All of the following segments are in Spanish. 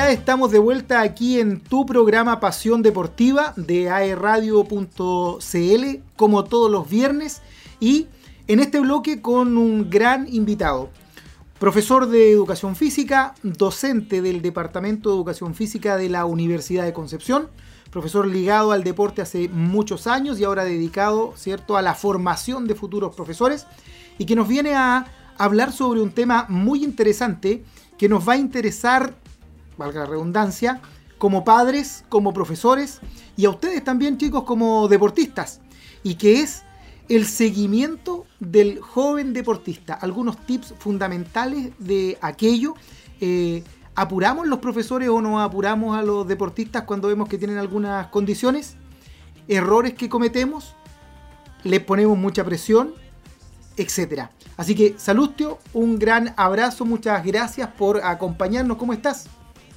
Ya estamos de vuelta aquí en tu programa Pasión Deportiva de aerradio.cl, como todos los viernes, y en este bloque con un gran invitado, profesor de Educación Física, docente del Departamento de Educación Física de la Universidad de Concepción, profesor ligado al deporte hace muchos años y ahora dedicado, ¿cierto?, a la formación de futuros profesores, y que nos viene a hablar sobre un tema muy interesante que nos va a interesar, valga la redundancia, como padres, como profesores y a ustedes también, chicos, como deportistas, y que es el seguimiento del joven deportista. Algunos tips fundamentales de aquello. ¿Apuramos los profesores o no apuramos a los deportistas cuando vemos que tienen algunas condiciones? Errores que cometemos, les ponemos mucha presión, etcétera. Así que, Salustio, un gran abrazo, muchas gracias por acompañarnos. ¿Cómo estás?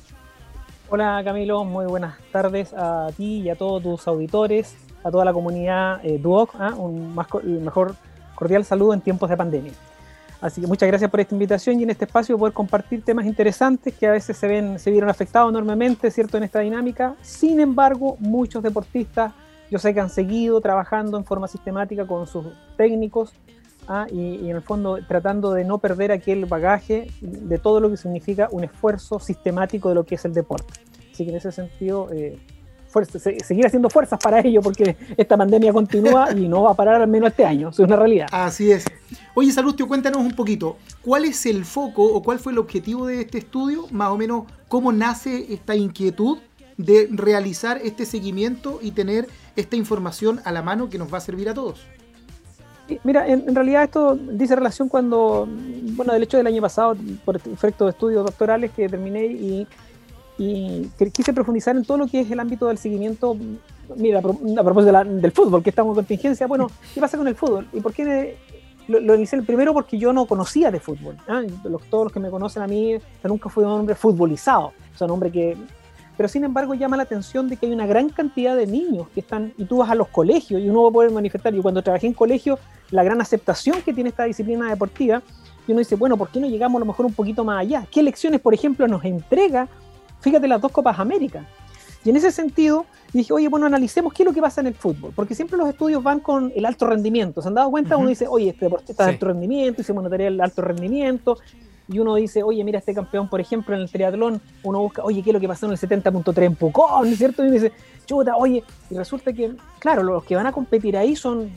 Hola Camilo, muy buenas tardes a ti y a todos tus auditores, a toda la comunidad Duoc, un mejor cordial saludo en tiempos de pandemia. Así que muchas gracias por esta invitación y en este espacio poder compartir temas interesantes que a veces se vieron afectados enormemente, ¿cierto?, en esta dinámica. Sin embargo, muchos deportistas, yo sé que han seguido trabajando en forma sistemática con sus técnicos, y en el fondo tratando de no perder aquel bagaje de todo lo que significa un esfuerzo sistemático de lo que es el deporte. Así que en ese sentido, seguir haciendo fuerzas para ello, porque esta pandemia continúa y no va a parar al menos este año, eso es una realidad. Así es. Oye, Salustio, cuéntanos un poquito, ¿cuál es el foco o cuál fue el objetivo de este estudio? Más o menos, ¿cómo nace esta inquietud de realizar este seguimiento y tener esta información a la mano que nos va a servir a todos? Mira, en realidad esto dice relación del hecho del año pasado, por efecto de estudios doctorales que terminé y quise profundizar en todo lo que es el ámbito del seguimiento. Mira, a propósito del fútbol, que estamos en contingencia, bueno, ¿qué pasa con el fútbol? ¿Y por qué lo inicié? Primero porque yo no conocía de fútbol. Todos los que me conocen a mí, nunca fui un hombre futbolizado, o sea, un hombre que... Pero sin embargo llama la atención de que hay una gran cantidad de niños que están, y tú vas a los colegios y uno va a poder manifestar, yo cuando trabajé en colegio, la gran aceptación que tiene esta disciplina deportiva, y uno dice, bueno, ¿por qué no llegamos a lo mejor un poquito más allá? ¿Qué lecciones, por ejemplo, nos entrega, fíjate, las dos Copas América? Y en ese sentido dije, oye, bueno, analicemos qué es lo que pasa en el fútbol, porque siempre los estudios van con el alto rendimiento, ¿se han dado cuenta? Uno dice, oye, este deportista de alto rendimiento, hicimos una tarea de alto rendimiento, y uno dice, oye, mira, este campeón, por ejemplo, en el triatlón, uno busca, oye, ¿qué es lo que pasó en el 70.3 en Pucón? ¿No es cierto? Y uno dice, chuta, oye, y resulta que, claro, los que van a competir ahí son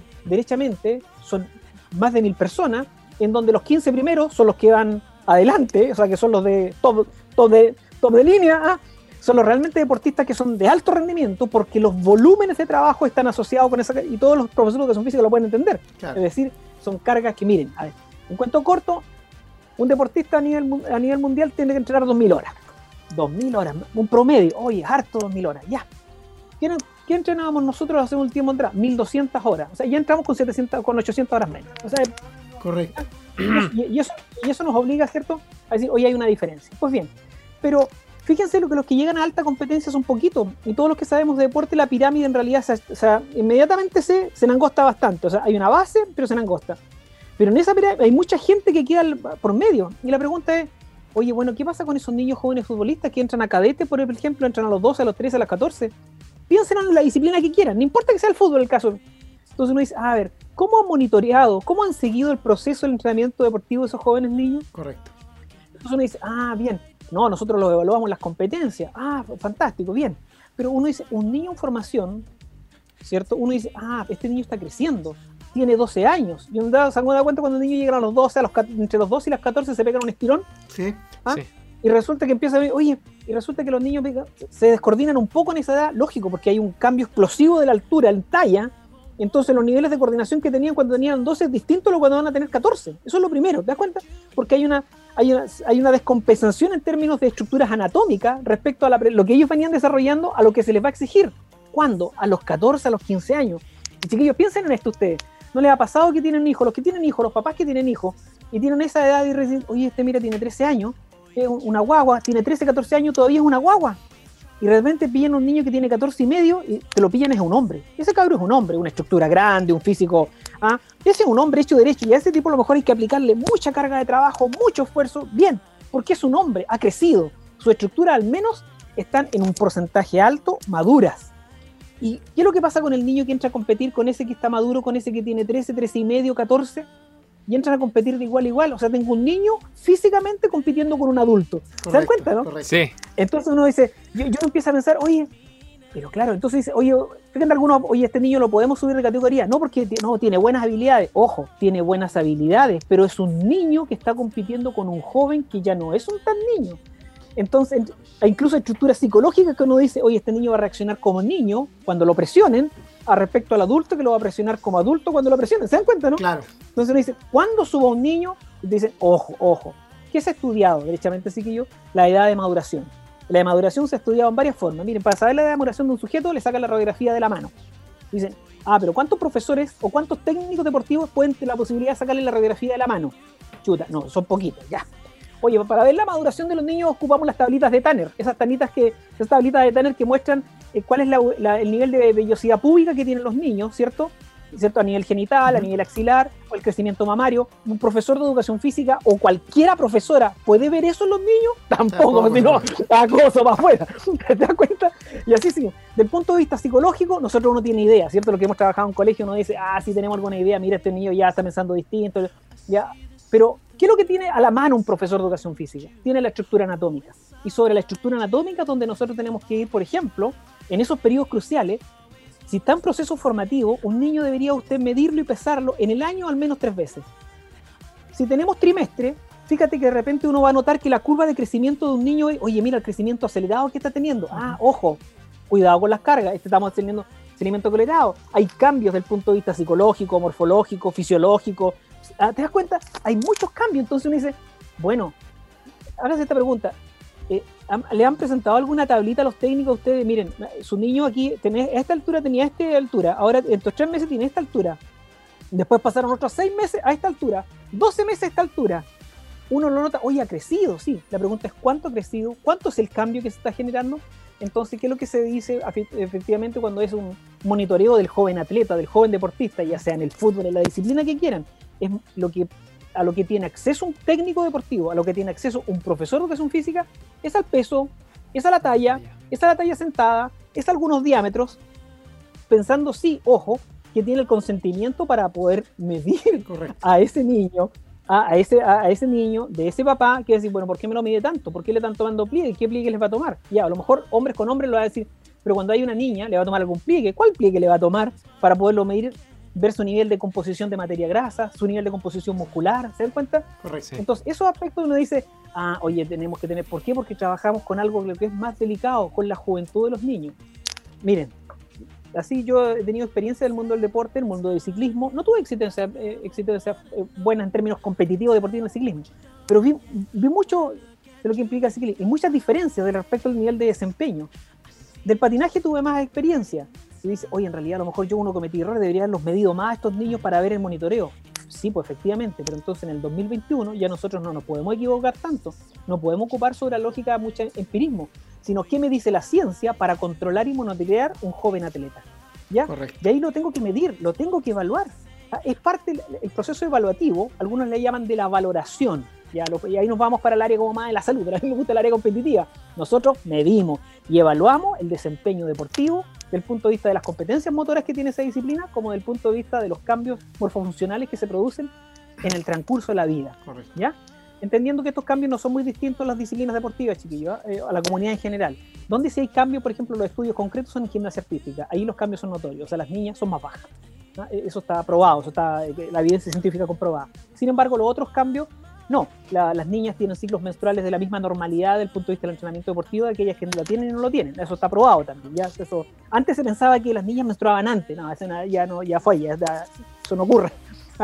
más de 1000 personas, en donde los 15 primeros son los que van adelante, o sea, que son los de top de línea, son los realmente deportistas que son de alto rendimiento, porque los volúmenes de trabajo están asociados con esa, y todos los profesores de educación física lo pueden entender. Claro. Es decir, son cargas que, miren, a ver, un cuento corto, un deportista a nivel mundial tiene que entrenar 2000 horas. 2000 horas, un promedio, oye, harto 2000 horas, ya. ¿Qué entrenábamos nosotros hace un último entrenamiento? 1200 horas, o sea, ya entramos con 800 horas menos. O sea, correcto. Y eso nos obliga, ¿cierto?, a decir, oye, hay una diferencia. Pues bien, pero fíjense lo que los que llegan a alta competencia son poquitos, y todos los que sabemos de deporte, la pirámide en realidad inmediatamente se enangosta bastante, o sea, hay una base, pero se enangosta. Pero en esa pirámide hay mucha gente que queda por medio, y la pregunta es, oye, bueno, ¿qué pasa con esos niños jóvenes futbolistas que entran a cadete, por ejemplo, entran a los 12, a los 13, a los 14? Piensen en la disciplina que quieran, no importa que sea el fútbol el caso. Entonces uno dice, a ver, ¿cómo han monitoreado, cómo han seguido el proceso del entrenamiento deportivo de esos jóvenes niños? Correcto. Entonces uno dice, bien, no, nosotros los evaluamos las competencias, fantástico, bien. Pero uno dice, un niño en formación, ¿cierto? Uno dice, este niño está creciendo, tiene 12 años. Y uno se da cuenta cuando un niño llega a los 12, entre los 12 y los 14 se pegan un estirón. Sí. Sí. Y resulta que resulta que los niños se descoordinan un poco en esa edad, lógico, porque hay un cambio explosivo de la altura, en talla. Entonces los niveles de coordinación que tenían cuando tenían 12 es distinto a lo cuando van a tener 14. Eso es lo primero, ¿te das cuenta? Porque hay una descompensación en términos de estructuras anatómicas respecto a lo que ellos venían desarrollando a lo que se les va a exigir. ¿Cuándo? A los 14, a los 15 años. Y chiquillos, piensen en esto ustedes. ¿No les ha pasado que tienen hijos, los que tienen hijos, los papás que tienen hijos, y tienen esa edad y dicen, oye, mira, tiene 13 años, es una guagua, tiene 13, 14 años, todavía es una guagua? Y de repente pillan a un niño que tiene 14 y medio y te lo pillan es un hombre. Ese cabro es un hombre, una estructura grande, un físico. Ese es un hombre hecho derecho, y a ese tipo a lo mejor hay que aplicarle mucha carga de trabajo, mucho esfuerzo. Bien, porque es un hombre, ha crecido. su estructura al menos están en un porcentaje alto maduras. ¿Y qué es lo que pasa con el niño que entra a competir con ese que está maduro, con ese que tiene 13, 13 y medio, 14? Y entran a competir de igual a igual. O sea, tengo un niño físicamente compitiendo con un adulto. Correcto, ¿se dan cuenta, no? Correcto. Sí. Entonces uno dice, yo empiezo a pensar, oye, pero claro, entonces dice, oye, fíjate algunos, oye, este niño lo podemos subir de categoría. No, porque no, tiene buenas habilidades. Ojo, tiene buenas habilidades, pero es un niño que está compitiendo con un joven que ya no es un tan niño. Entonces, incluso hay estructuras psicológicas que uno dice, oye, este niño va a reaccionar como niño cuando lo presionen, a respecto al adulto que lo va a presionar como adulto cuando lo presionen. ¿Se dan cuenta, no? Claro. Entonces uno dice, ¿cuándo suba un niño? Y dicen, ojo, ojo. ¿Qué se ha estudiado, derechamente, chiquillo? La edad de maduración. La de maduración se ha estudiado en varias formas. Miren, para saber la edad de maduración de un sujeto, le sacan la radiografía de la mano. Dicen, pero ¿cuántos profesores o cuántos técnicos deportivos pueden tener la posibilidad de sacarle la radiografía de la mano? Chuta, no, son poquitos, ya. Oye, para ver la maduración de los niños ocupamos las tablitas de Tanner, esas tablitas de Tanner que muestran cuál es el nivel de vellosidad púbica que tienen los niños, ¿cierto? A nivel genital, a nivel axilar, o el crecimiento mamario. Un profesor de educación física o cualquiera profesora puede ver eso en los niños, tampoco, sino acoso para afuera. ¿Te das cuenta? Y así sí. Del punto de vista psicológico, nosotros uno tiene idea, ¿cierto? Lo que hemos trabajado en colegio, uno dice, sí tenemos alguna idea, mira, este niño ya está pensando distinto, ya. Pero, ¿qué es lo que tiene a la mano un profesor de educación física? Tiene la estructura anatómica. Y sobre la estructura anatómica, donde nosotros tenemos que ir, por ejemplo, en esos periodos cruciales, si está en proceso formativo, un niño debería usted medirlo y pesarlo en el año al menos 3 veces. Si tenemos trimestre, fíjate que de repente uno va a notar que la curva de crecimiento de un niño es, oye, mira el crecimiento acelerado que está teniendo. Ojo, cuidado con las cargas, estamos teniendo crecimiento acelerado. Hay cambios desde el punto de vista psicológico, morfológico, fisiológico. ¿Te das cuenta? Hay muchos cambios. Entonces uno dice, bueno, ahora esta pregunta, ¿le han presentado alguna tablita a los técnicos a ustedes? Miren, su niño aquí a esta altura tenía esta altura, ahora en estos 3 meses tiene esta altura, después pasaron otros 6 meses a esta altura, 12 meses a esta altura. Uno lo nota, oye, ha crecido, sí. La pregunta es, ¿cuánto ha crecido? ¿Cuánto es el cambio que se está generando? Entonces, ¿qué es lo que se dice efectivamente cuando es un monitoreo del joven atleta, del joven deportista, ya sea en el fútbol, en la disciplina que quieran? Es a lo que tiene acceso un técnico deportivo, a lo que tiene acceso un profesor de educación física, es al peso, es a la talla sentada, es a algunos diámetros, pensando, sí, ojo, que tiene el consentimiento para poder medir a ese niño, a ese niño, de ese papá, que decir, bueno, ¿por qué me lo mide tanto? ¿Por qué le están tomando pliegue? ¿Qué pliegue les va a tomar? Ya, a lo mejor hombres con hombres lo va a decir, pero cuando hay una niña, le va a tomar algún pliegue. ¿Cuál pliegue le va a tomar para poderlo medir? Ver su nivel de composición de materia grasa, su nivel de composición muscular, ¿se dan cuenta? Correcto. Entonces, esos aspectos uno dice, oye, tenemos que tener, ¿por qué? Porque trabajamos con algo que es más delicado, con la juventud de los niños. Miren, así yo he tenido experiencia del mundo del deporte, el mundo del ciclismo, no tuve experiencia buena en términos competitivos deportivos en el ciclismo, pero vi mucho de lo que implica el ciclismo y muchas diferencias respecto al nivel de desempeño. Del patinaje tuve más experiencia. Y dice, oye, en realidad a lo mejor uno cometí errores, debería haberlos medido más a estos niños para ver el monitoreo. Sí, pues efectivamente, pero entonces en el 2021 ya nosotros no nos podemos equivocar tanto, no podemos ocupar sobre la lógica mucho empirismo, sino qué me dice la ciencia para controlar y monitorear un joven atleta. ¿Ya? Correcto. De ahí lo tengo que medir, lo tengo que evaluar. Es parte del proceso evaluativo, algunos le llaman de la valoración. Y ahí nos vamos para el área como más de la salud, pero a mí me gusta el área competitiva. Nosotros medimos y evaluamos el desempeño deportivo del punto de vista de las competencias motoras que tiene esa disciplina, como del punto de vista de los cambios morfofuncionales que se producen en el transcurso de la vida. Correcto. ¿Ya? Entendiendo que estos cambios no son muy distintos a las disciplinas deportivas, chiquillos, a la comunidad en general. Donde sí hay cambios, por ejemplo, los estudios concretos son en gimnasia artística. Ahí los cambios son notorios, o sea, las niñas son más bajas. ¿No? Eso está probado, la evidencia científica comprobada. Sin embargo, los otros cambios, no. Las niñas tienen ciclos menstruales de la misma normalidad desde el punto de vista del entrenamiento deportivo de aquellas que lo tienen y no lo tienen. Eso está probado también. Ya, eso, antes se pensaba que las niñas menstruaban antes. No, eso ya fue, eso no ocurre.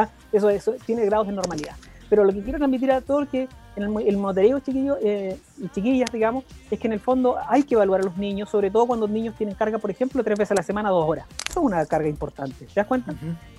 Eso tiene grados de normalidad. Pero lo que quiero transmitir a todos es que en el monitoreo, chiquillos y chiquillas, digamos, es que en el fondo hay que evaluar a los niños, sobre todo cuando los niños tienen carga, por ejemplo, 3 veces a la semana, 2 horas. Eso es una carga importante, ¿te das cuenta?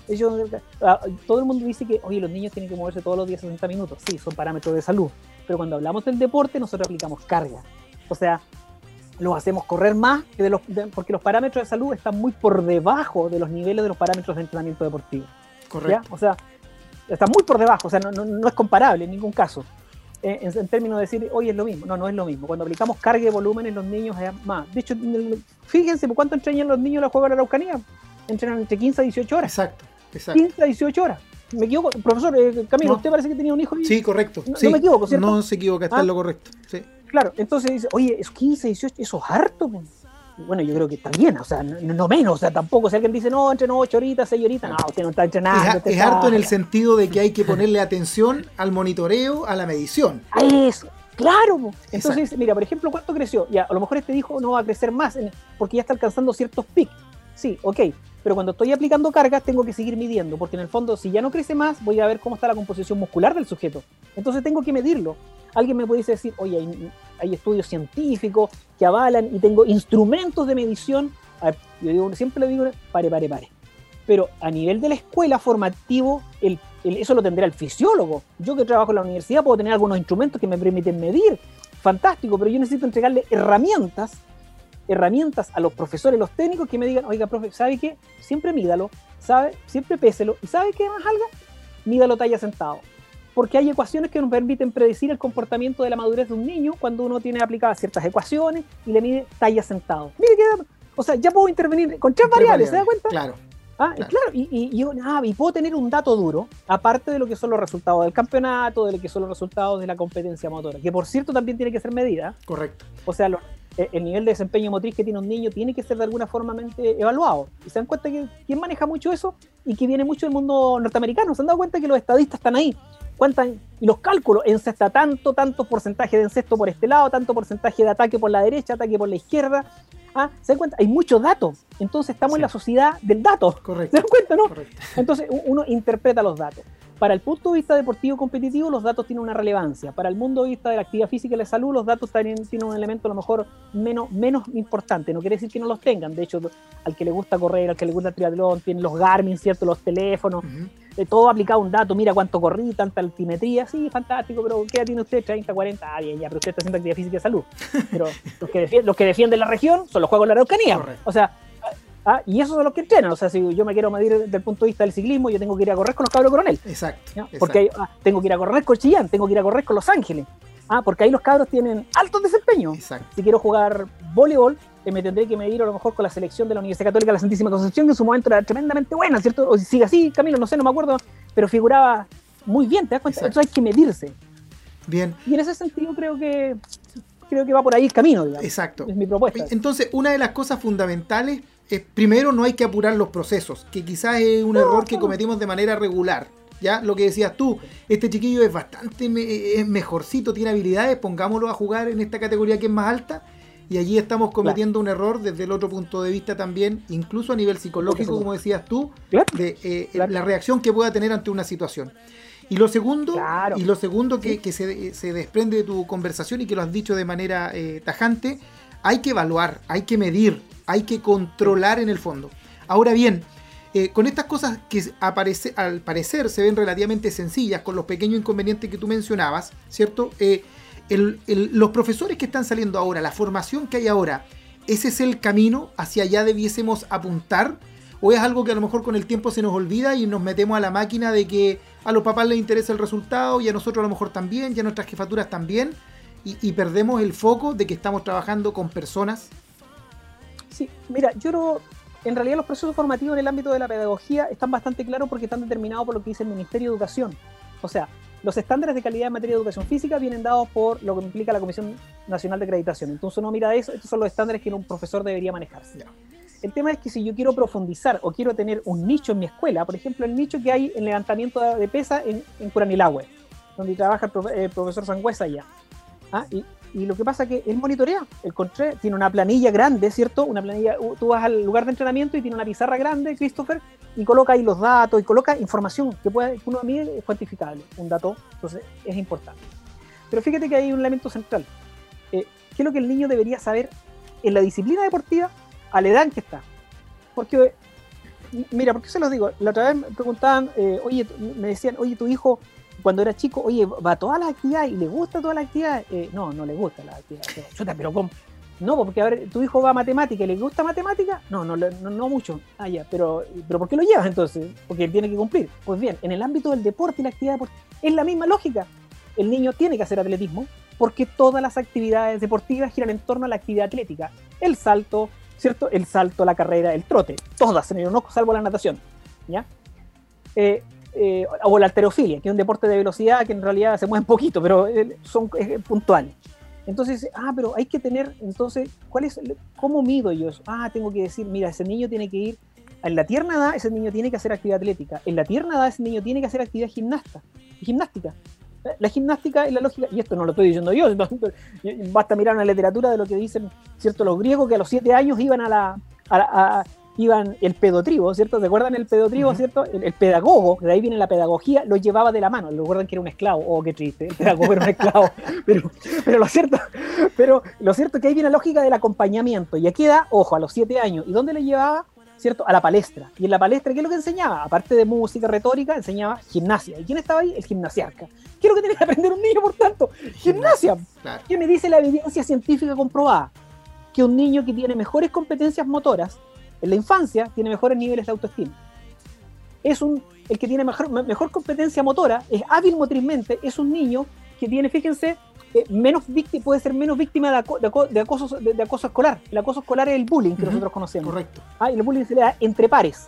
Todo el mundo dice que, oye, los niños tienen que moverse todos los días 60 minutos. Sí, son parámetros de salud. Pero cuando hablamos del deporte, nosotros aplicamos carga. O sea, los hacemos correr más porque los parámetros de salud están muy por debajo de los niveles de los parámetros de entrenamiento deportivo. Correcto. ¿Ya? O sea, está muy por debajo, o sea, no es comparable en ningún caso. en términos de decir, oye, es lo mismo. No, no es lo mismo. Cuando aplicamos carga de volumen en los niños es más. De hecho, fíjense, ¿por cuánto entrenan los niños la juego de la Araucanía? Entrenan entre 15 a 18 horas. Exacto. 15 a 18 horas. ¿Me equivoco? Profesor, Camilo, no. ¿Usted parece que tenía un hijo? Sí, correcto. No, sí. no me equivoco, ¿cierto? No se equivoca, está en lo correcto. Sí. Claro, entonces dice, oye, es 15, 18, eso es harto. Pues. Bueno, yo creo que está bien, o sea, no menos, o sea, tampoco, si alguien dice, no, entreno 8 horitas, 6 horitas, no, usted no está entrenando. Es harto en el sentido de que hay que ponerle atención al monitoreo, a la medición. A eso, claro. Entonces, exacto. Mira, por ejemplo, ¿cuánto creció? Ya, a lo mejor este hijo no va a crecer más porque ya está alcanzando ciertos picos. Sí, ok, pero cuando estoy aplicando cargas tengo que seguir midiendo, porque en el fondo, si ya no crece más, voy a ver cómo está la composición muscular del sujeto. Entonces tengo que medirlo. Alguien me puede decir, oye, hay estudios científicos que avalan y tengo instrumentos de medición. A ver, yo siempre le digo, pare. Pero a nivel de la escuela formativo, eso lo tendrá el fisiólogo. Yo que trabajo en la universidad puedo tener algunos instrumentos que me permiten medir. Fantástico, pero yo necesito entregarle herramientas a los profesores, los técnicos, que me digan, oiga, profe, ¿sabe qué? Siempre mídalo, ¿sabe? Siempre péselo. ¿Y sabe qué más algo? Mídalo talla sentado. Porque hay ecuaciones que nos permiten predecir el comportamiento de la madurez de un niño cuando uno tiene aplicadas ciertas ecuaciones y le mide talla sentado. Mire que, o sea, ya puedo intervenir con tres variables, ¿se da cuenta? Claro. Claro. Y puedo tener un dato duro, aparte de lo que son los resultados del campeonato, de lo que son los resultados de la competencia motora, que por cierto también tiene que ser medida. Correcto. O sea, el nivel de desempeño motriz que tiene un niño tiene que ser de alguna forma evaluado. Y se dan cuenta que quien maneja mucho eso y que viene mucho del mundo norteamericano, se han dado cuenta que los estadistas están ahí. Y los cálculos, encesta tanto porcentaje de encesto por este lado, tanto porcentaje de ataque por la derecha, ataque por la izquierda. ¿Se dan cuenta? Hay muchos datos. Entonces estamos en la sociedad del dato. Correcto. ¿Se dan cuenta, no? Correcto. Entonces uno interpreta los datos. Para el punto de vista deportivo competitivo, los datos tienen una relevancia. Para el mundo de vista de la actividad física y la salud, los datos también tienen un elemento a lo mejor menos importante. No quiere decir que no los tengan. De hecho, al que le gusta correr, al que le gusta el triatlón, tienen los Garmin, ¿cierto? Los teléfonos. De todo aplicado un dato. Mira cuánto corrí, tanta altimetría. Sí, fantástico, pero ¿qué edad tiene usted? 30, 40. Bien, ya, pero usted está haciendo actividad física y salud. Pero los que defienden la región son los Juegos de la Araucanía. Correcto. O sea, y esos son los que entrenan. O sea, si yo me quiero medir desde el punto de vista del ciclismo, yo tengo que ir a correr con los cabros coronel. Exacto. Porque tengo que ir a correr con Chillán, tengo que ir a correr con Los Ángeles. Porque ahí los cabros tienen altos desempeños. Exacto. Si quiero jugar voleibol, me tendré que medir a lo mejor con la selección de la Universidad Católica de la Santísima Concepción, que en su momento era tremendamente buena, ¿cierto? O si sigue así, Camilo, no sé, no me acuerdo, pero figuraba muy bien, ¿te das cuenta? Exacto. Entonces hay que medirse. Bien. Y en ese sentido creo que va por ahí el camino, digamos. Exacto. Es mi propuesta. Entonces, una de las cosas fundamentales es, primero, no hay que apurar los procesos, que quizás es un error que cometimos de manera regular. Ya, lo que decías tú, este chiquillo es bastante es mejorcito, tiene habilidades, pongámoslo a jugar en esta categoría que es más alta, y allí estamos cometiendo un error desde el otro punto de vista también, incluso a nivel psicológico, como decías tú, de la reacción que pueda tener ante una situación. Y lo segundo, que se desprende de tu conversación y que lo has dicho de manera tajante, hay que evaluar, hay que medir, hay que controlar en el fondo. Ahora bien, con estas cosas que al parecer se ven relativamente sencillas, con los pequeños inconvenientes que tú mencionabas, ¿cierto? Los profesores que están saliendo ahora, la formación que hay ahora, ¿ese es el camino? ¿Hacia allá debiésemos apuntar? ¿O es algo que a lo mejor con el tiempo se nos olvida y nos metemos a la máquina de que a los papás les interesa el resultado y a nosotros a lo mejor también, y a nuestras jefaturas también, y perdemos el foco de que estamos trabajando con personas? Sí, mira, en realidad los procesos formativos en el ámbito de la pedagogía están bastante claros porque están determinados por lo que dice el Ministerio de Educación. O sea, los estándares de calidad en materia de educación física vienen dados por lo que implica la Comisión Nacional de Acreditación. Entonces uno mira eso, estos son los estándares que un profesor debería manejarse. Ya. El tema es que si yo quiero profundizar o quiero tener un nicho en mi escuela, por ejemplo, el nicho que hay en levantamiento de pesa en Curanilahue, donde trabaja el profesor Sangüesa allá. Y lo que pasa es que él monitorea, el CONTRE tiene una planilla grande, ¿cierto? Una planilla, tú vas al lugar de entrenamiento y tiene una pizarra grande, Christopher, y coloca ahí los datos y coloca información que uno mide, es cuantificable, un dato, entonces es importante. Pero fíjate que hay un elemento central. ¿Qué es lo que el niño debería saber en la disciplina deportiva a la edad en que está? Porque, mira, ¿por qué se los digo? La otra vez me preguntaban, me decían, oye, tu hijo cuando era chico, va a todas las actividades y le gusta todas las actividades. No le gusta las actividades. Chuta, pero ¿cómo? No, porque a ver, tu hijo va a matemática y le gusta matemática. No mucho. Ya, pero ¿por qué lo llevas entonces? Porque él tiene que cumplir. Pues bien, en el ámbito del deporte y la actividad deportiva es la misma lógica. el niño tiene que hacer atletismo porque todas las actividades deportivas giran en torno a la actividad atlética. El salto, ¿cierto? El salto, la carrera, el trote, todas, no salvo la natación, ¿ya? O la halterofilia, que es un deporte de velocidad que en realidad se mueve poquito, pero son puntuales. Entonces, pero hay que tener, entonces, ¿cómo mido yo eso? Tengo que decir, mira, ese niño tiene que ir, en la tierna edad ese niño tiene que hacer actividad atlética, en la tierna edad ese niño tiene que hacer actividad gimnástica. La gimnástica es la lógica, y esto no lo estoy diciendo yo, basta mirar una literatura de lo que dicen, ¿cierto? Los griegos que a los 7 años iban iban el pedotribo, ¿cierto? ¿Se acuerdan el pedotribo, cierto? El pedagogo, de ahí viene la pedagogía, lo llevaba de la mano. Recuerdan que era un esclavo. Qué triste, el pedagogo era un esclavo. Pero lo cierto es que ahí viene la lógica del acompañamiento. Y aquí da, ojo, a los 7 años. ¿Y dónde le llevaba? ¿Cierto? A la palestra. Y en la palestra, ¿qué es lo que enseñaba? Aparte de música, retórica, enseñaba gimnasia. ¿Y quién estaba ahí? El gimnasiarca. ¿Qué es lo que tiene que aprender un niño, por tanto? Gimnasia. Claro. ¿Qué me dice la evidencia científica comprobada? Que un niño que tiene mejores competencias motoras en la infancia tiene mejores niveles de autoestima. El que tiene mejor competencia motora, es hábil motrizmente, es un niño que tiene, fíjense, puede ser menos víctima de acoso escolar. El acoso escolar es el bullying que nosotros conocemos. Correcto. Y el bullying se le da entre pares,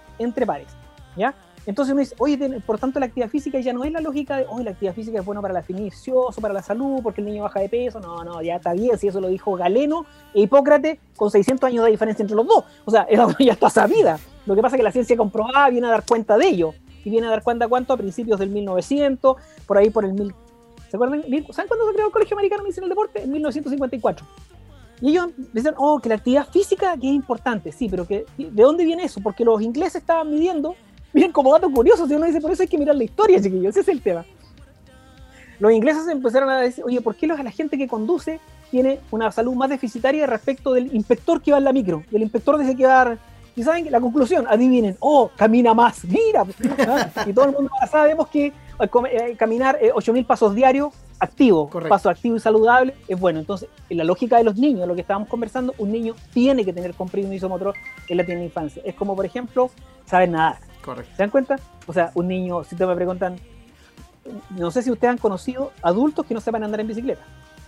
¿ya? Entonces uno dice, oye, por tanto la actividad física ya no es la lógica de, la actividad física es buena para la finicioso, para la salud, porque el niño baja de peso. No, ya está bien, si eso lo dijo Galeno e Hipócrates, con 600 años de diferencia entre los dos. O sea, ya está sabida. Lo que pasa es que la ciencia comprobada viene a dar cuenta de ello. Y viene a dar cuenta a principios del 1900, por ahí por el 1000. ¿Se acuerdan? ¿Saben cuándo se creó el Colegio Americano de Medicina del Deporte? En 1954. Y ellos dicen, que la actividad física que es importante. Sí, pero ¿de dónde viene eso? Porque los ingleses estaban midiendo. Miren, como dato curioso, si uno dice, por eso hay que mirar la historia, chiquillos, ese es el tema. Los ingleses empezaron a decir, oye, ¿por qué la gente que conduce tiene una salud más deficitaria respecto del inspector que va en la micro? Y el inspector dice que va a dar, y saben que la conclusión, adivinen, camina más, mira, y todo el mundo ahora sabemos que caminar 8.000 pasos diarios, activo, paso activo y saludable, es bueno. Entonces, en la lógica de los niños, lo que estábamos conversando, un niño tiene que tener compromiso motor en la tierna infancia. Es como, por ejemplo, saber nadar. Correcto. ¿Se dan cuenta? O sea, un niño, si ustedes me preguntan, no sé si ustedes han conocido adultos que no sepan andar en bicicleta.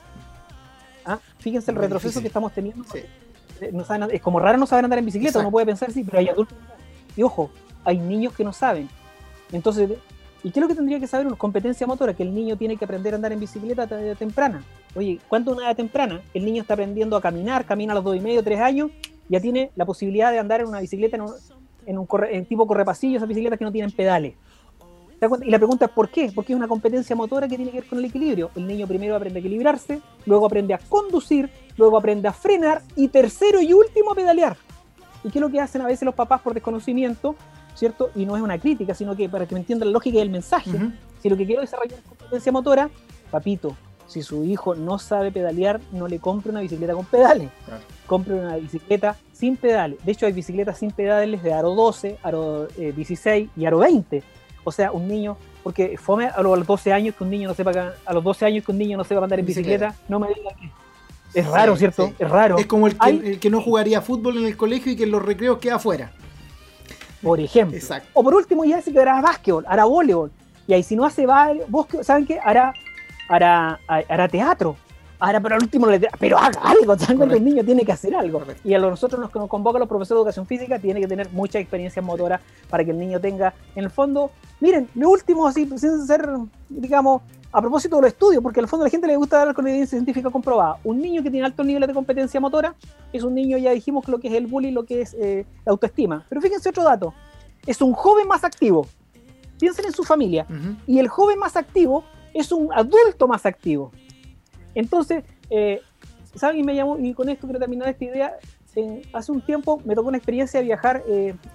Fíjense el retroceso que estamos teniendo. Sí. No saben, es como raro no saber andar en bicicleta. Exacto. Uno puede pensar, sí, pero hay adultos. Y ojo, hay niños que no saben. Entonces, ¿y qué es lo que tendría que saber uno? Competencia motora, que el niño tiene que aprender a andar en bicicleta temprana. Oye, ¿cuánto una edad temprana? El niño está aprendiendo a caminar, camina a los 2,5, 3 años, ya tiene la posibilidad de andar en una bicicleta en tipo correpasillo, esas bicicletas que no tienen pedales. Y la pregunta es ¿por qué? Porque es una competencia motora que tiene que ver con el equilibrio. El niño primero aprende a equilibrarse, luego aprende a conducir, luego aprende a frenar y tercero y último a pedalear. ¿Y qué es lo que hacen a veces los papás por desconocimiento? ¿Cierto? Y no es una crítica, sino que para que me entiendan la lógica del mensaje. Si lo que quiero desarrollar es competencia motora, papito, si su hijo no sabe pedalear, no le compre una bicicleta con pedales. Claro. Compre una bicicleta sin pedales. De hecho, hay bicicletas sin pedales de aro 12, aro 16 y aro 20. O sea, un niño, porque fome a los 12 años que un niño no sepa andar en bicicleta, no me digan que es raro, ¿cierto? Sí. Es raro. Es como el que no jugaría fútbol en el colegio y que en los recreos queda afuera. Por ejemplo. Exacto. O por último, ya se hará básquetbol, hará voleibol. Y ahí si no hace básquetbol, ¿saben qué? Hará teatro. Ahora, pero al último, pero haga algo, ¿saben? El niño tiene que hacer algo. Correcto. Y a nosotros nos convocan los profesores de educación física, tiene que tener mucha experiencia motora para que el niño tenga, en el fondo, miren, lo último, así, sin ser, digamos, a propósito de los estudios, porque al fondo a la gente le gusta hablar con evidencia científica comprobada. Un niño que tiene altos niveles de competencia motora es un niño, ya dijimos lo que es el bullying, lo que es la autoestima. Pero fíjense otro dato, es un joven más activo. Piensen en su familia. Y el joven más activo es un adulto más activo. Entonces, ¿saben? Y me llamó, y con esto quiero terminar esta idea. Hace un tiempo me tocó una experiencia de viajar,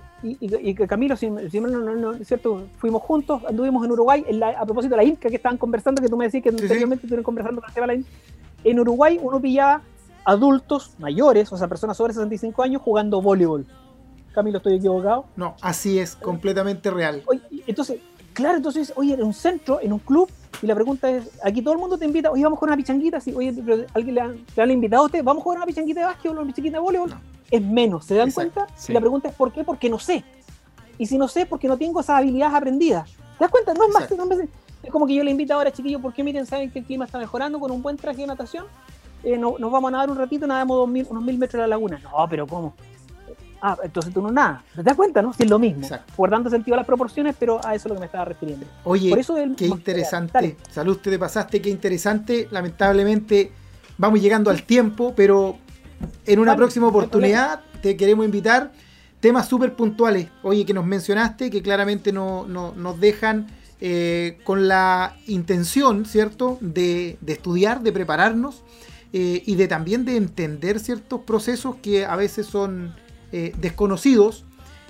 y Camilo, si no, ¿cierto? Fuimos juntos, anduvimos en Uruguay, a propósito de la Inca que estaban conversando, que tú me decías que anteriormente estuvieron conversando con el tema de la Inca. En Uruguay uno pillaba adultos mayores, o sea, personas sobre 65 años jugando voleibol. Camilo, ¿estoy equivocado? No, así es, completamente real. Oye, entonces, oye, en un centro, en un club, y la pregunta es, aquí todo el mundo te invita, oye, vamos a jugar una pichanguita, sí, oye, pero ¿alguien le han invitado a usted? ¿Vamos a jugar una pichanguita de básquetbol o una pichanguita de voleibol? No. Es menos, ¿se dan cuenta? Sí. Y la pregunta es ¿por qué? Porque no sé. Y si no sé, porque no tengo esas habilidades aprendidas. ¿Te das cuenta? No es más. Es como que yo le invito ahora, chiquillos, porque miren, saben que el clima está mejorando, con un buen traje de natación, nos vamos a nadar un ratito, nadamos unos 1000 metros de la laguna. No, pero ¿cómo? Entonces tú no nadas. ¿Te das cuenta, no? Si es lo mismo. Exacto. Guardando sentido a las proporciones, pero a eso es lo que me estaba refiriendo. Oye, por eso qué interesante. Salud, te pasaste, qué interesante. Lamentablemente vamos llegando al tiempo, pero en una próxima oportunidad te queremos invitar. Temas súper puntuales, oye, que nos mencionaste, que claramente nos dejan con la intención, ¿cierto?, de estudiar, de prepararnos y de también de entender ciertos procesos que a veces son desconocidos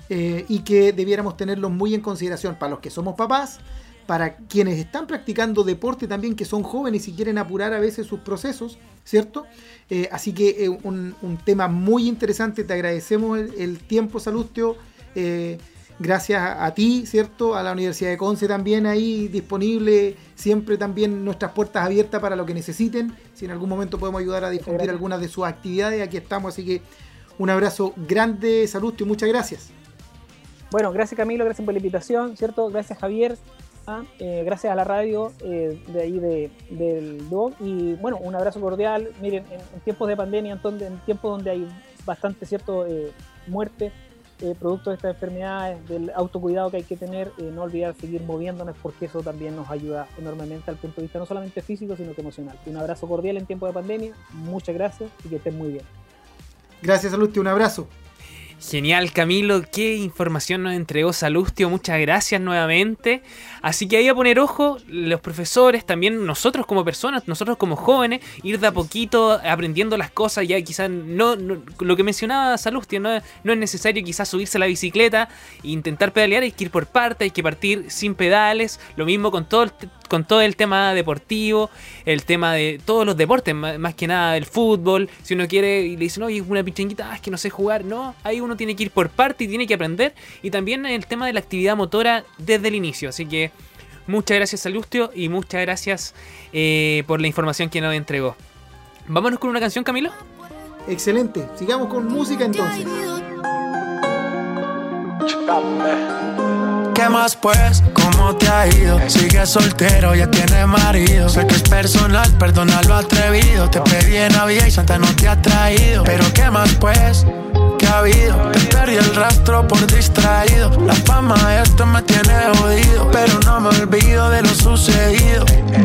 y que debiéramos tenerlos muy en consideración para los que somos papás, para quienes están practicando deporte también, que son jóvenes y quieren apurar a veces sus procesos, ¿cierto? Así que un tema muy interesante. Te agradecemos el tiempo, Salustio. Gracias a ti, ¿cierto? A la Universidad de Conce también ahí disponible, siempre también nuestras puertas abiertas para lo que necesiten. Si en algún momento podemos ayudar a difundir algunas de sus actividades, aquí estamos. Así que un abrazo grande, Salustio, muchas gracias. Bueno, gracias Camilo, gracias por la invitación, ¿cierto? Gracias Javier, gracias a la radio de ahí del DOC, y bueno, un abrazo cordial. Miren, en tiempos de pandemia, en tiempos donde hay bastante, ¿cierto?, muerte, producto de estas enfermedades, del autocuidado que hay que tener, no olvidar seguir moviéndonos, porque eso también nos ayuda enormemente al punto de vista no solamente físico, sino que emocional. Un abrazo cordial en tiempos de pandemia, muchas gracias y que estén muy bien. Gracias, Salustio, un abrazo. Genial, Camilo, qué información nos entregó Salustio, muchas gracias nuevamente. Así que ahí a poner ojo, los profesores, también nosotros como personas, nosotros como jóvenes, ir de a poquito aprendiendo las cosas. Ya quizás no lo que mencionaba Salustio, no es necesario quizás subirse a la bicicleta e intentar pedalear, hay que ir por partes, hay que partir sin pedales. Lo mismo con todo el tema deportivo, el tema de todos los deportes, más que nada el fútbol. Si uno quiere y le dicen, oye, una pichanguita, es que no sé jugar, no, ahí uno tiene que ir por parte y tiene que aprender. Y también el tema de la actividad motora desde el inicio. Así que muchas gracias, Salustio, y muchas gracias por la información que nos entregó. Vámonos con una canción, Camilo. Excelente, sigamos con música entonces. ¿Qué más pues? ¿Cómo te ha ido? Sigues soltero, ya tienes marido. Sé que es personal, perdona lo atrevido. Te pedí en Navidad y Santa no te ha traído. Pero ¿qué más pues? ¿Qué ha habido? Te perdí el rastro por distraído. La fama de esto me tiene jodido, pero no me olvido de lo sucedido.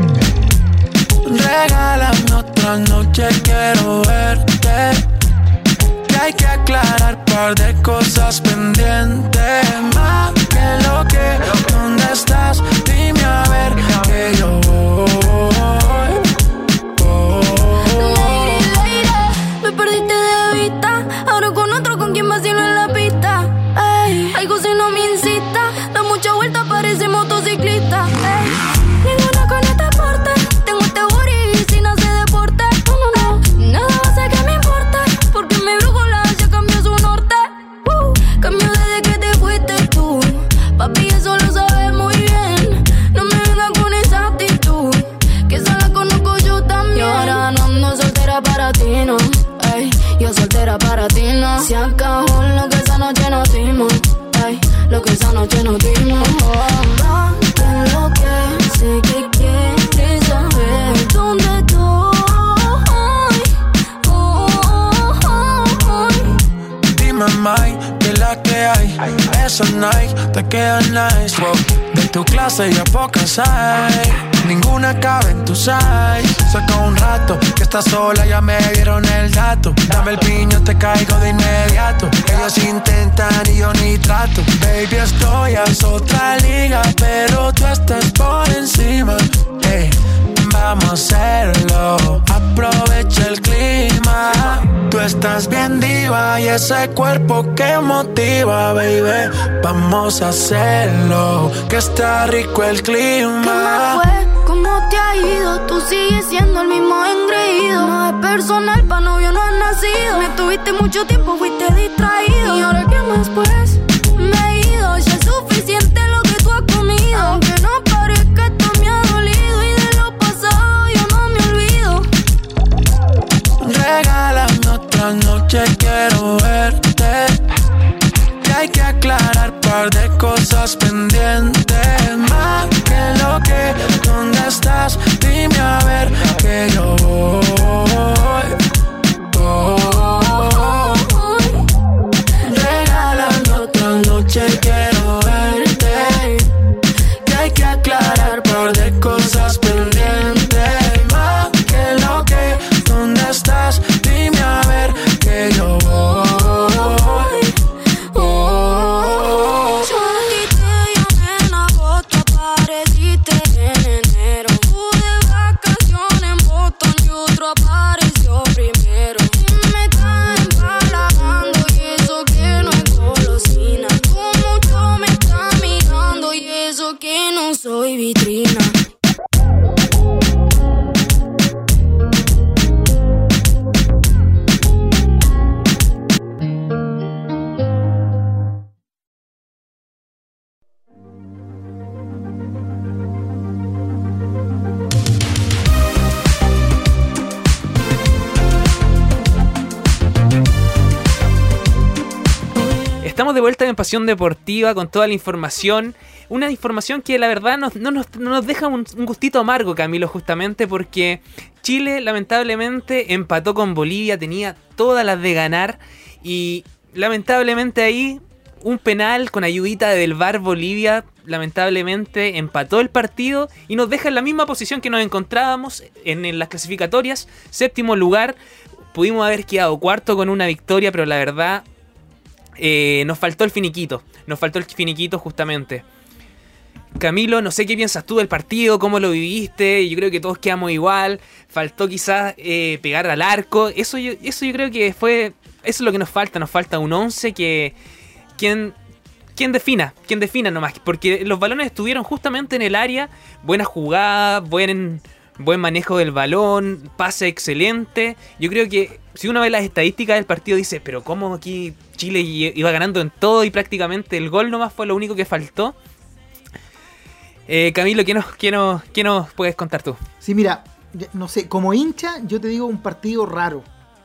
Regálame otra noche, quiero verte. Que hay que aclarar par de cosas pendientes. Más que lo que, ¿dónde estás? Dime a ver que yo voy. Me perdiste de vista, ahora con otro con quien vacilo en la pista. Ey, algo si no me incita, da mucha vuelta, parece motociclista. Ey, ninguna con este porte, tengo este booty sin hacer deporte. No, nada va a hacer que me importe, porque mi brújula ya cambió su norte. Cambió desde que te fuiste tú, papi, eso lo sabes muy bien. No me vengas con esa actitud, que esa la conozco yo también. Y ahora no ando soltera para ti, no. Ey, yo soltera para ti, no. Se acabó lo que esa noche nos dimos. Ey, lo que esa noche nos dimos. Date lo que sé que quieres saber. ¿Dónde estoy? Dime, Mike, que la que hay. Esos Nike te quedan nice, wow. De tu clase ya pocas hay, ninguna cabe en tu size. Saca un rato que estás sola, ya me dieron el dato. Dame el piño, te caigo de inmediato. Ellos intentan y yo ni trato. Baby, esto ya es otra liga, pero tú estás por encima. Hey, vamos a hacerlo, aprovecha el clima. Tú estás bien diva y ese cuerpo que motiva, baby. Vamos a hacerlo, que está rico el clima. ¿Qué más fue? ¿Cómo te ha ido? Tú sigues siendo el mismo engreído. No es personal, pa' novio no has nacido. Me tuviste mucho tiempo, fuiste distraído. ¿Y ahora qué más pues? Me he ido, ya es suficiente lo que tú has comido. Aunque no parezca, esto me ha dolido. Y de lo pasado yo no me olvido. Regálame otra noche, quiero verte. Que hay que aclarar par de cosas pendientes. Más que lo que, ¿dónde estás? Dime a ver que yo voy. Regálame otra noche, quiero verte. Que hay que aclarar par de cosas pendientes. Más que lo que, ¿dónde estás? Dime a ver que yo voy. Apareció primero y me está empalagando, y eso que no es golosina. Tú mucho me estás mirando, y eso que no soy vitrina. Estamos de vuelta en Pasión Deportiva con toda la información. Una información que la verdad no nos deja un gustito amargo, Camilo, justamente porque Chile lamentablemente empató con Bolivia, tenía todas las de ganar y lamentablemente ahí un penal con ayudita del VAR. Bolivia lamentablemente empató el partido y nos deja en la misma posición que nos encontrábamos en las clasificatorias, séptimo lugar. Pudimos haber quedado cuarto con una victoria, pero la verdad nos faltó el finiquito justamente. Camilo, no sé qué piensas tú del partido, cómo lo viviste. Yo creo que todos quedamos igual. Faltó quizás pegar al arco. Eso yo creo que fue. Eso es lo que nos falta un 11 que quien defina nomás, porque los balones estuvieron justamente en el área. Buena jugada, buen manejo del balón, pase excelente. Yo creo que si uno ve las estadísticas del partido dice, pero cómo aquí Chile iba ganando en todo y prácticamente el gol nomás fue lo único que faltó. Camilo, ¿qué nos puedes contar tú? Sí, mira, no sé, como hincha yo te digo un partido raro.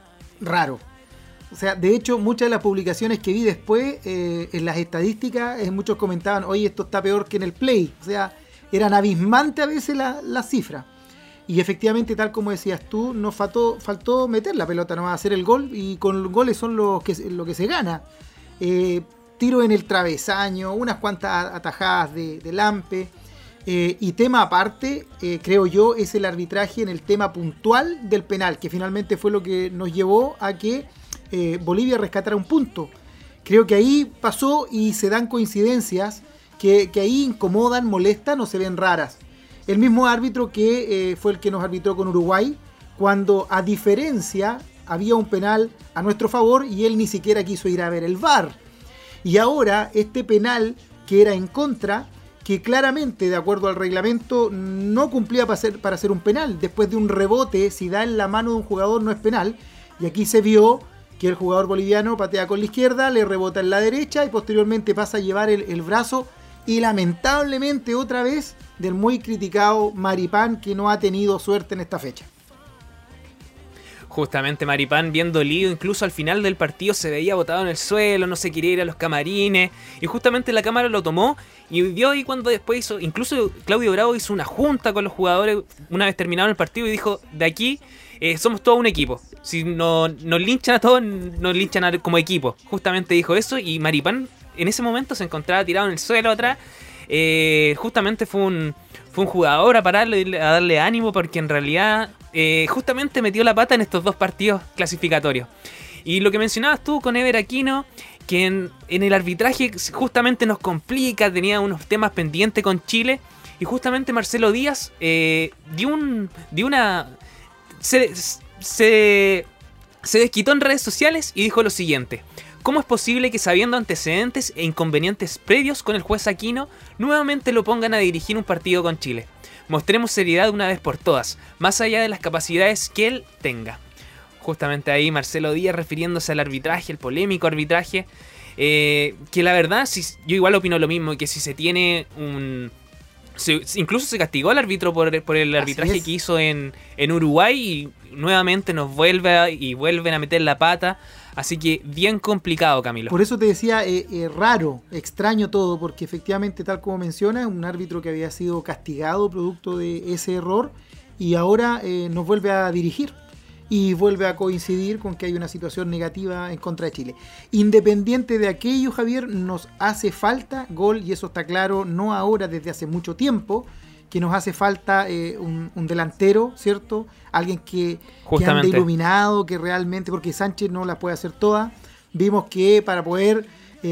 O sea, de hecho, muchas de las publicaciones que vi después, en las estadísticas, muchos comentaban, oye, esto está peor que en el Play. O sea, eran abismantes a veces las cifras. Y efectivamente, tal como decías tú, nos faltó meter la pelota, no va a hacer el gol, y con goles son lo que se gana. Tiro en el travesaño, unas cuantas atajadas de Lampe. Y tema aparte, creo yo, es el arbitraje en el tema puntual del penal, que finalmente fue lo que nos llevó a que Bolivia rescatara un punto. Creo que ahí pasó y se dan coincidencias que ahí incomodan, molestan o se ven raras. El mismo árbitro que fue el que nos arbitró con Uruguay, cuando a diferencia había un penal a nuestro favor y él ni siquiera quiso ir a ver el VAR. Y ahora este penal que era en contra, que claramente de acuerdo al reglamento no cumplía para ser un penal. Después de un rebote, si da en la mano de un jugador no es penal. Y aquí se vio que el jugador boliviano patea con la izquierda, le rebota en la derecha y posteriormente pasa a llevar el brazo. Y lamentablemente otra vez del muy criticado Maripán, que no ha tenido suerte en esta fecha. Justamente Maripán bien dolido, incluso al final del partido se veía botado en el suelo, no se quería ir a los camarines, y justamente la cámara lo tomó y vio ahí cuando después hizo, incluso Claudio Bravo hizo una junta con los jugadores una vez terminado el partido y dijo, de aquí somos todo un equipo, si nos linchan a todos, nos linchan como equipo. Justamente dijo eso y Maripán en ese momento se encontraba tirado en el suelo atrás. Justamente fue un jugador a pararle, a darle ánimo, porque en realidad justamente metió la pata en estos dos partidos clasificatorios. Y lo que mencionabas tú con Ever Aquino, que en el arbitraje justamente nos complica, tenía unos temas pendientes con Chile, y justamente Marcelo Díaz se desquitó en redes sociales y dijo lo siguiente: ¿cómo es posible que, sabiendo antecedentes e inconvenientes previos con el juez Aquino, nuevamente lo pongan a dirigir un partido con Chile? Mostremos seriedad una vez por todas, más allá de las capacidades que él tenga. Justamente ahí Marcelo Díaz refiriéndose al arbitraje, el polémico arbitraje, que la verdad, yo igual opino lo mismo, que si se tiene incluso se castigó al árbitro por el arbitraje que hizo en Uruguay, y nuevamente nos vuelven a meter la pata Así que bien complicado, Camilo. Por eso te decía, raro, extraño todo, porque efectivamente, tal como mencionas, un árbitro que había sido castigado producto de ese error y ahora nos vuelve a dirigir y vuelve a coincidir con que hay una situación negativa en contra de Chile. Independiente de aquello, Javier, nos hace falta gol, y eso está claro, no ahora, desde hace mucho tiempo, que nos hace falta un delantero, ¿cierto? Alguien que ande iluminado, que realmente, porque Sánchez no las puede hacer todas. Vimos que para poder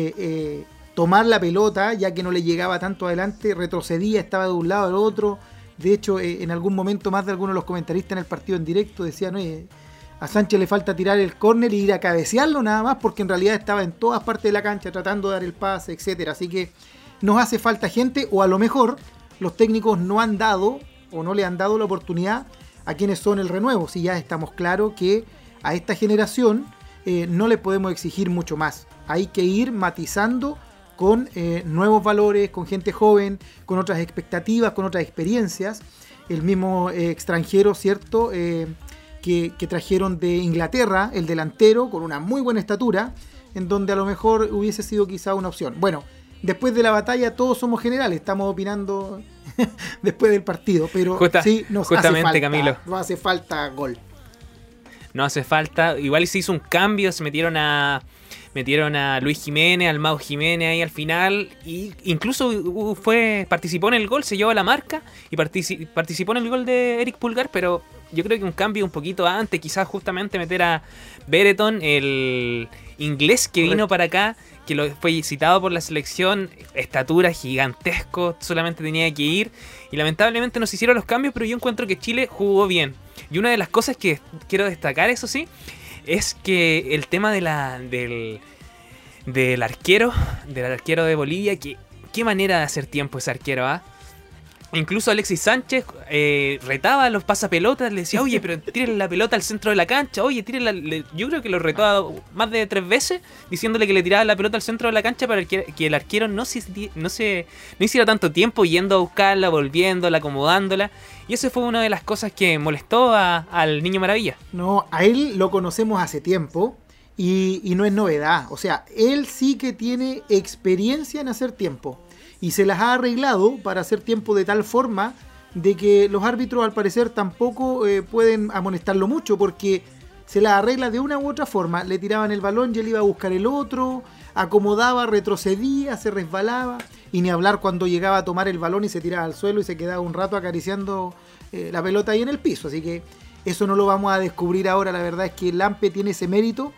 tomar la pelota, ya que no le llegaba tanto adelante, retrocedía, estaba de un lado al otro. De hecho, en algún momento más de algunos de los comentaristas en el partido en directo decían, a Sánchez le falta tirar el córner y ir a cabecearlo nada más, porque en realidad estaba en todas partes de la cancha tratando de dar el pase, etcétera. Así que nos hace falta gente, o a lo mejor los técnicos no han dado o no le han dado la oportunidad a quienes son el renuevo. Si ya estamos claros que a esta generación no le podemos exigir mucho más. Hay que ir matizando con nuevos valores, con gente joven, con otras expectativas, con otras experiencias. El mismo extranjero, ¿cierto? Que trajeron de Inglaterra, el delantero, con una muy buena estatura, en donde a lo mejor hubiese sido quizá una opción. Bueno, después de la batalla todos somos generales, estamos opinando después del partido, pero sí nos hace falta, Camilo. Nos hace falta gol. No hace falta, igual se hizo un cambio, se metieron a Luis Jiménez, al Mau Jiménez ahí al final, y incluso participó en el gol, se llevó la marca y participó en el gol de Eric Pulgar, pero yo creo que un cambio un poquito antes, quizás justamente meter a Brereton, el inglés que vino para acá, que fue citado por la selección, estatura gigantesco, solamente tenía que ir, y lamentablemente no se hicieron los cambios, pero yo encuentro que Chile jugó bien. Y una de las cosas que quiero destacar, eso sí, es que el tema del arquero de Bolivia, qué manera de hacer tiempo ese arquero, ¿ah? Incluso Alexis Sánchez retaba a los pasapelotas, le decía, oye, pero tírenle la pelota al centro de la cancha, oye, tírenla. Yo creo que lo retó más de 3 veces, diciéndole que le tiraba la pelota al centro de la cancha para que el arquero no hiciera tanto tiempo yendo a buscarla, volviéndola, acomodándola. Y eso fue una de las cosas que molestó al Niño Maravilla. No, a él lo conocemos hace tiempo y no es novedad. O sea, él sí que tiene experiencia en hacer tiempo. Y se las ha arreglado para hacer tiempo de tal forma de que los árbitros al parecer tampoco pueden amonestarlo mucho, porque se las arregla de una u otra forma. Le tiraban el balón y él iba a buscar el otro, acomodaba, retrocedía, se resbalaba, y ni hablar cuando llegaba a tomar el balón y se tiraba al suelo y se quedaba un rato acariciando la pelota ahí en el piso. Así que eso no lo vamos a descubrir ahora. La verdad es que Lampe tiene ese mérito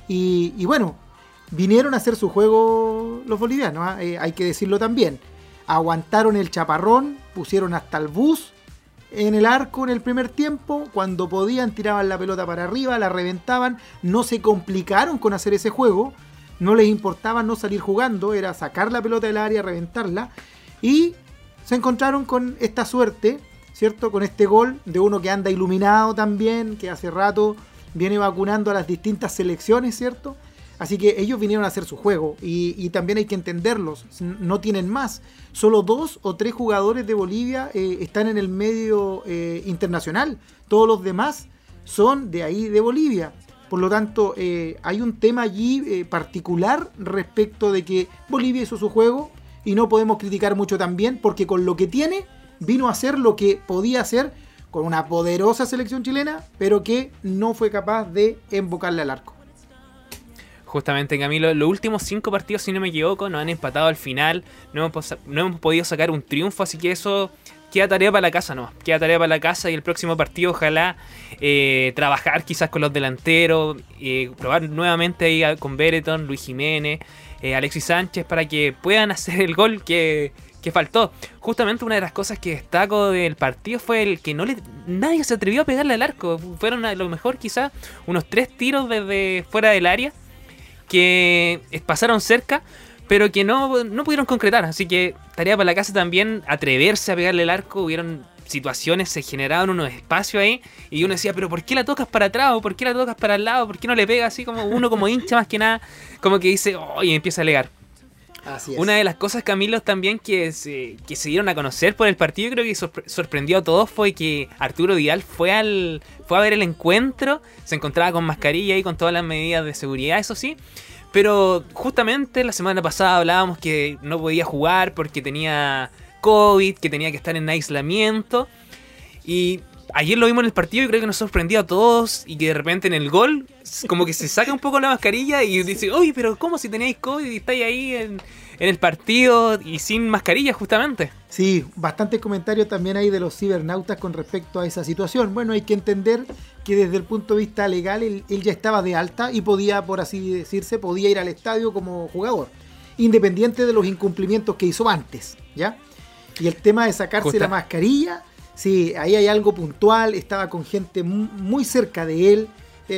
y bueno, vinieron a hacer su juego los bolivianos, hay que decirlo también. Aguantaron el chaparrón, pusieron hasta el bus en el arco en el primer tiempo. Cuando podían tiraban la pelota para arriba, la reventaban. No se complicaron con hacer ese juego. No les importaba no salir jugando, era sacar la pelota del área, reventarla. Y se encontraron con esta suerte, ¿cierto? Con este gol de uno que anda iluminado también, que hace rato viene vacunando a las distintas selecciones, ¿cierto? Así que ellos vinieron a hacer su juego y también hay que entenderlos, no tienen más. Solo 2 o 3 jugadores de Bolivia están en el medio internacional, todos los demás son de ahí de Bolivia. Por lo tanto, hay un tema allí particular respecto de que Bolivia hizo su juego y no podemos criticar mucho también, porque con lo que tiene vino a hacer lo que podía hacer con una poderosa selección chilena, pero que no fue capaz de embocarle al arco. Justamente, Camilo, los últimos 5 partidos, si no me equivoco, nos han empatado al final, no hemos podido sacar un triunfo, así que eso queda tarea para la casa, ¿no? Queda tarea para la casa, y el próximo partido ojalá trabajar quizás con los delanteros, probar nuevamente ahí con Brereton, Luis Jiménez, Alexis Sánchez, para que puedan hacer el gol que faltó. Justamente una de las cosas que destaco del partido fue el que nadie se atrevió a pegarle al arco. Fueron a lo mejor quizás unos 3 tiros desde fuera del área que pasaron cerca, pero que no pudieron concretar. Así que tarea para la casa también, atreverse a pegarle el arco. Hubieron situaciones, se generaban unos espacios ahí, y uno decía, pero ¿por qué la tocas para atrás? ¿O por qué la tocas para el lado? ¿Por qué no le pega así? Como uno como hincha más que nada, como que dice, y empieza a alegar. Así es. Una de las cosas, Camilo, también que se dieron a conocer por el partido, creo que sorprendió a todos, fue que Arturo Vidal fue a ver el encuentro, se encontraba con mascarilla y con todas las medidas de seguridad, eso sí, pero justamente la semana pasada hablábamos que no podía jugar porque tenía COVID, que tenía que estar en aislamiento, y ayer lo vimos en el partido y creo que nos sorprendió a todos, y que de repente en el gol como que se saca un poco la mascarilla y dice, oye, pero ¿cómo si teníais COVID y estáis ahí en el partido y sin mascarilla justamente? Sí, bastantes comentarios también hay de los cibernautas con respecto a esa situación. Bueno, hay que entender que desde el punto de vista legal él ya estaba de alta y podía, por así decirse, podía ir al estadio como jugador, independiente de los incumplimientos que hizo antes, ¿ya? Y el tema de sacarse la mascarilla, sí, ahí hay algo puntual, estaba con gente muy cerca de él,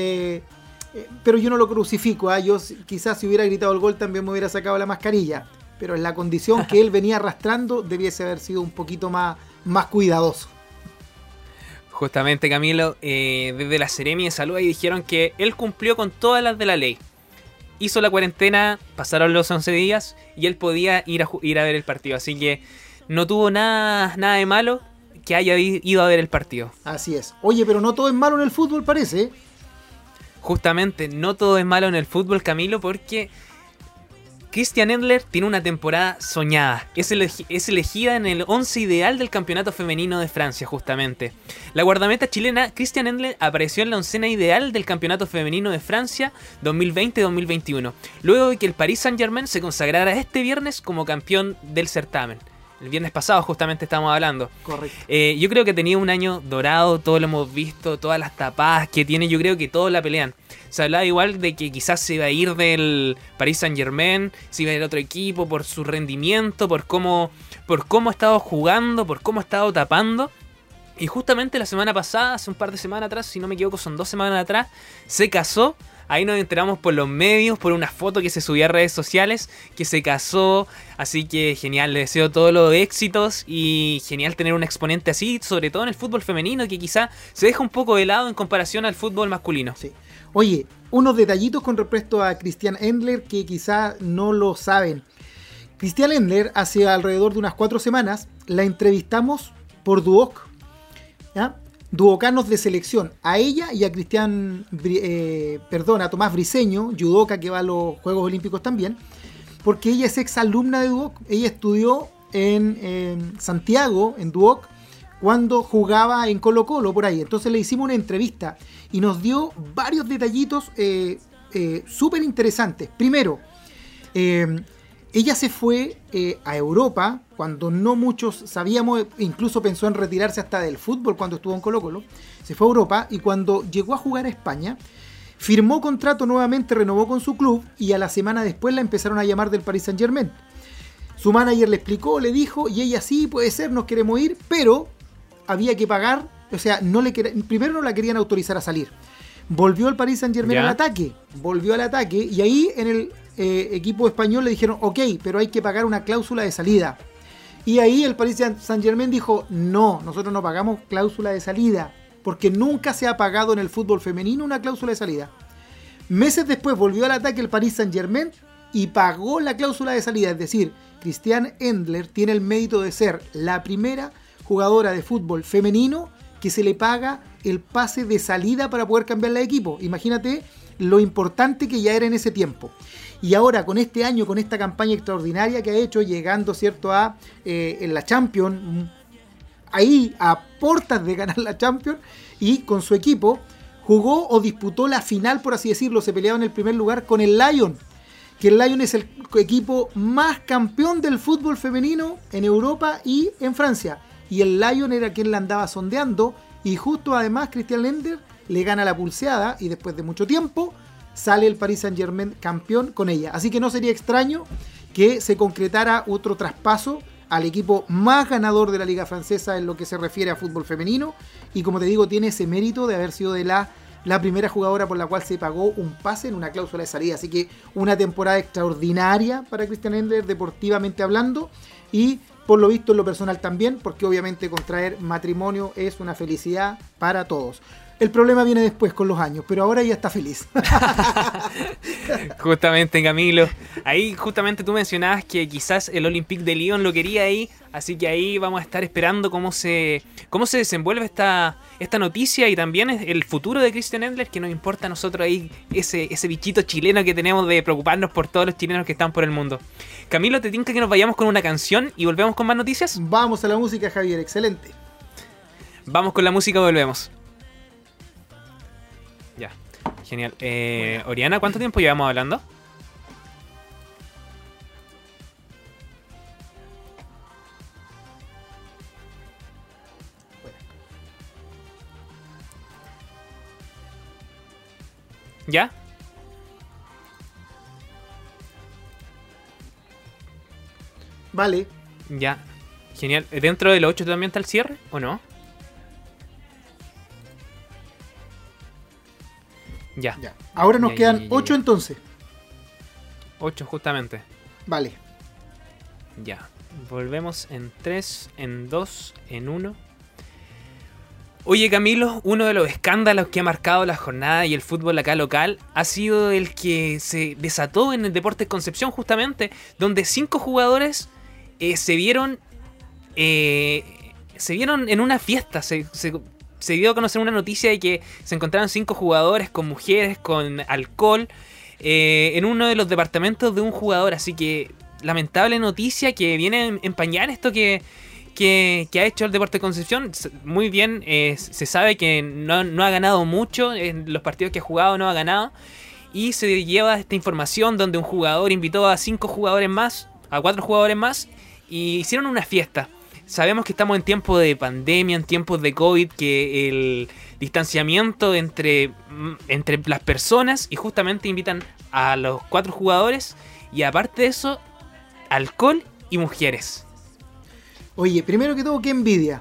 pero yo no lo crucifico, yo quizás si hubiera gritado el gol también me hubiera sacado la mascarilla, pero en la condición que él venía arrastrando debiese haber sido un poquito más cuidadoso. Justamente, Camilo, desde la Seremi de Salud ahí dijeron que él cumplió con todas las de la ley. Hizo la cuarentena, pasaron los 11 días y él podía ir a ver el partido, así que no tuvo nada de malo que haya ido a ver el partido. Así es. Oye, pero no todo es malo en el fútbol, parece. Justamente, no todo es malo en el fútbol, Camilo, porque Christian Endler tiene una temporada soñada. Es elegida en el 11 ideal del campeonato femenino de Francia, justamente. La guardameta chilena Christian Endler apareció en la oncena ideal del campeonato femenino de Francia 2020-2021, luego de que el Paris Saint-Germain se consagrara este viernes como campeón del certamen. El viernes pasado justamente estábamos hablando. Correcto. Yo creo que tenía un año dorado, todo lo hemos visto, todas las tapadas que tiene, yo creo que todos la pelean. Se hablaba igual de que quizás se iba a ir del Paris Saint-Germain, se iba a ir a otro equipo por su rendimiento, por cómo ha estado jugando, por cómo ha estado tapando. Y justamente la semana pasada, hace un par de semanas atrás, si no me equivoco son 2 semanas atrás, se casó. Ahí nos enteramos por los medios, por una foto que se subió a redes sociales, que se casó. Así que genial, le deseo todos los éxitos y genial tener un exponente así, sobre todo en el fútbol femenino, que quizá se deja un poco de lado en comparación al fútbol masculino. Sí. Oye, unos detallitos con respecto a Christian Endler que quizá no lo saben. Christian Endler hace alrededor de unas 4 semanas la entrevistamos por Duoc, ¿ya? Duocanos de selección, a ella y a a Tomás Briceño, judoka que va a los Juegos Olímpicos también, porque ella es ex alumna de Duoc. Ella estudió en Santiago, en Duoc, cuando jugaba en Colo Colo por ahí. Entonces le hicimos una entrevista y nos dio varios detallitos súper interesantes. Primero, ella se fue a Europa cuando no muchos sabíamos, incluso pensó en retirarse hasta del fútbol cuando estuvo en Colo Colo. Se fue a Europa y cuando llegó a jugar a España, firmó contrato nuevamente, renovó con su club y a la semana después la empezaron a llamar del Paris Saint-Germain. Su manager le explicó, le dijo, y ella sí, puede ser, nos queremos ir, pero había que pagar, o sea, primero no la querían autorizar a salir. Volvió el Paris Saint-Germain al ataque y ahí en el equipo español le dijeron, ok, pero hay que pagar una cláusula de salida. Y ahí el Paris Saint-Germain dijo, no, nosotros no pagamos cláusula de salida, porque nunca se ha pagado en el fútbol femenino una cláusula de salida. Meses después volvió al ataque el Paris Saint-Germain y pagó la cláusula de salida, es decir, Christian Endler tiene el mérito de ser la primera jugadora de fútbol femenino que se le paga el pase de salida para poder cambiarla de equipo. Imagínate lo importante que ya era en ese tiempo. Y ahora con este año, con esta campaña extraordinaria que ha hecho, llegando, ¿cierto?, en la Champions, ahí a portas de ganar la Champions, y con su equipo jugó o disputó la final, por así decirlo, se peleaba en el primer lugar con el Lyon, que el Lyon es el equipo más campeón del fútbol femenino en Europa y en Francia. Y el Lyon era quien la andaba sondeando, y justo además Christian Endler le gana la pulseada y después de mucho tiempo sale el Paris Saint-Germain campeón con ella. Así que no sería extraño que se concretara otro traspaso al equipo más ganador de la Liga Francesa en lo que se refiere a fútbol femenino, y como te digo, tiene ese mérito de haber sido de la primera jugadora por la cual se pagó un pase en una cláusula de salida. Así que una temporada extraordinaria para Christian Endler, deportivamente hablando, y por lo visto en lo personal también, porque obviamente contraer matrimonio es una felicidad para todos. El problema viene después con los años, pero ahora ya está feliz. Justamente, Camilo. Ahí justamente tú mencionabas que quizás el Olympique de Lyon lo quería ahí, así que ahí vamos a estar esperando cómo se desenvuelve esta noticia y también el futuro de Christian Endler, que nos importa a nosotros ahí ese bichito chileno que tenemos de preocuparnos por todos los chilenos que están por el mundo. Camilo, ¿te tinca que nos vayamos con una canción y volvemos con más noticias? Vamos a la música, Javier, excelente. Vamos con la música y volvemos. Ya, genial. Oriana, ¿cuánto tiempo llevamos hablando? ¿Ya? Vale. Ya, genial. ¿Dentro del 8 también está el cierre o no? Ya. Ahora nos quedan 8 entonces. 8 justamente. Vale. Ya. Volvemos en 3, en 2, en 1. Oye, Camilo, uno de los escándalos que ha marcado la jornada y el fútbol acá local ha sido el que se desató en el Deportes Concepción, justamente, donde 5 jugadores se vieron en una fiesta. Se dio a conocer una noticia de que se encontraron 5 jugadores con mujeres, con alcohol, en uno de los departamentos de un jugador. Así que lamentable noticia que viene a empañar esto que ha hecho el Deportes Concepción. Muy bien, se sabe que no ha ganado mucho, en los partidos que ha jugado no ha ganado. Y se lleva esta información donde un jugador invitó a 5 jugadores más, a 4 jugadores más, y hicieron una fiesta. Sabemos que estamos en tiempos de pandemia, en tiempos de COVID, que el distanciamiento entre las personas, y justamente invitan a los 4 jugadores, y aparte de eso, alcohol y mujeres. Oye, primero que todo, qué envidia.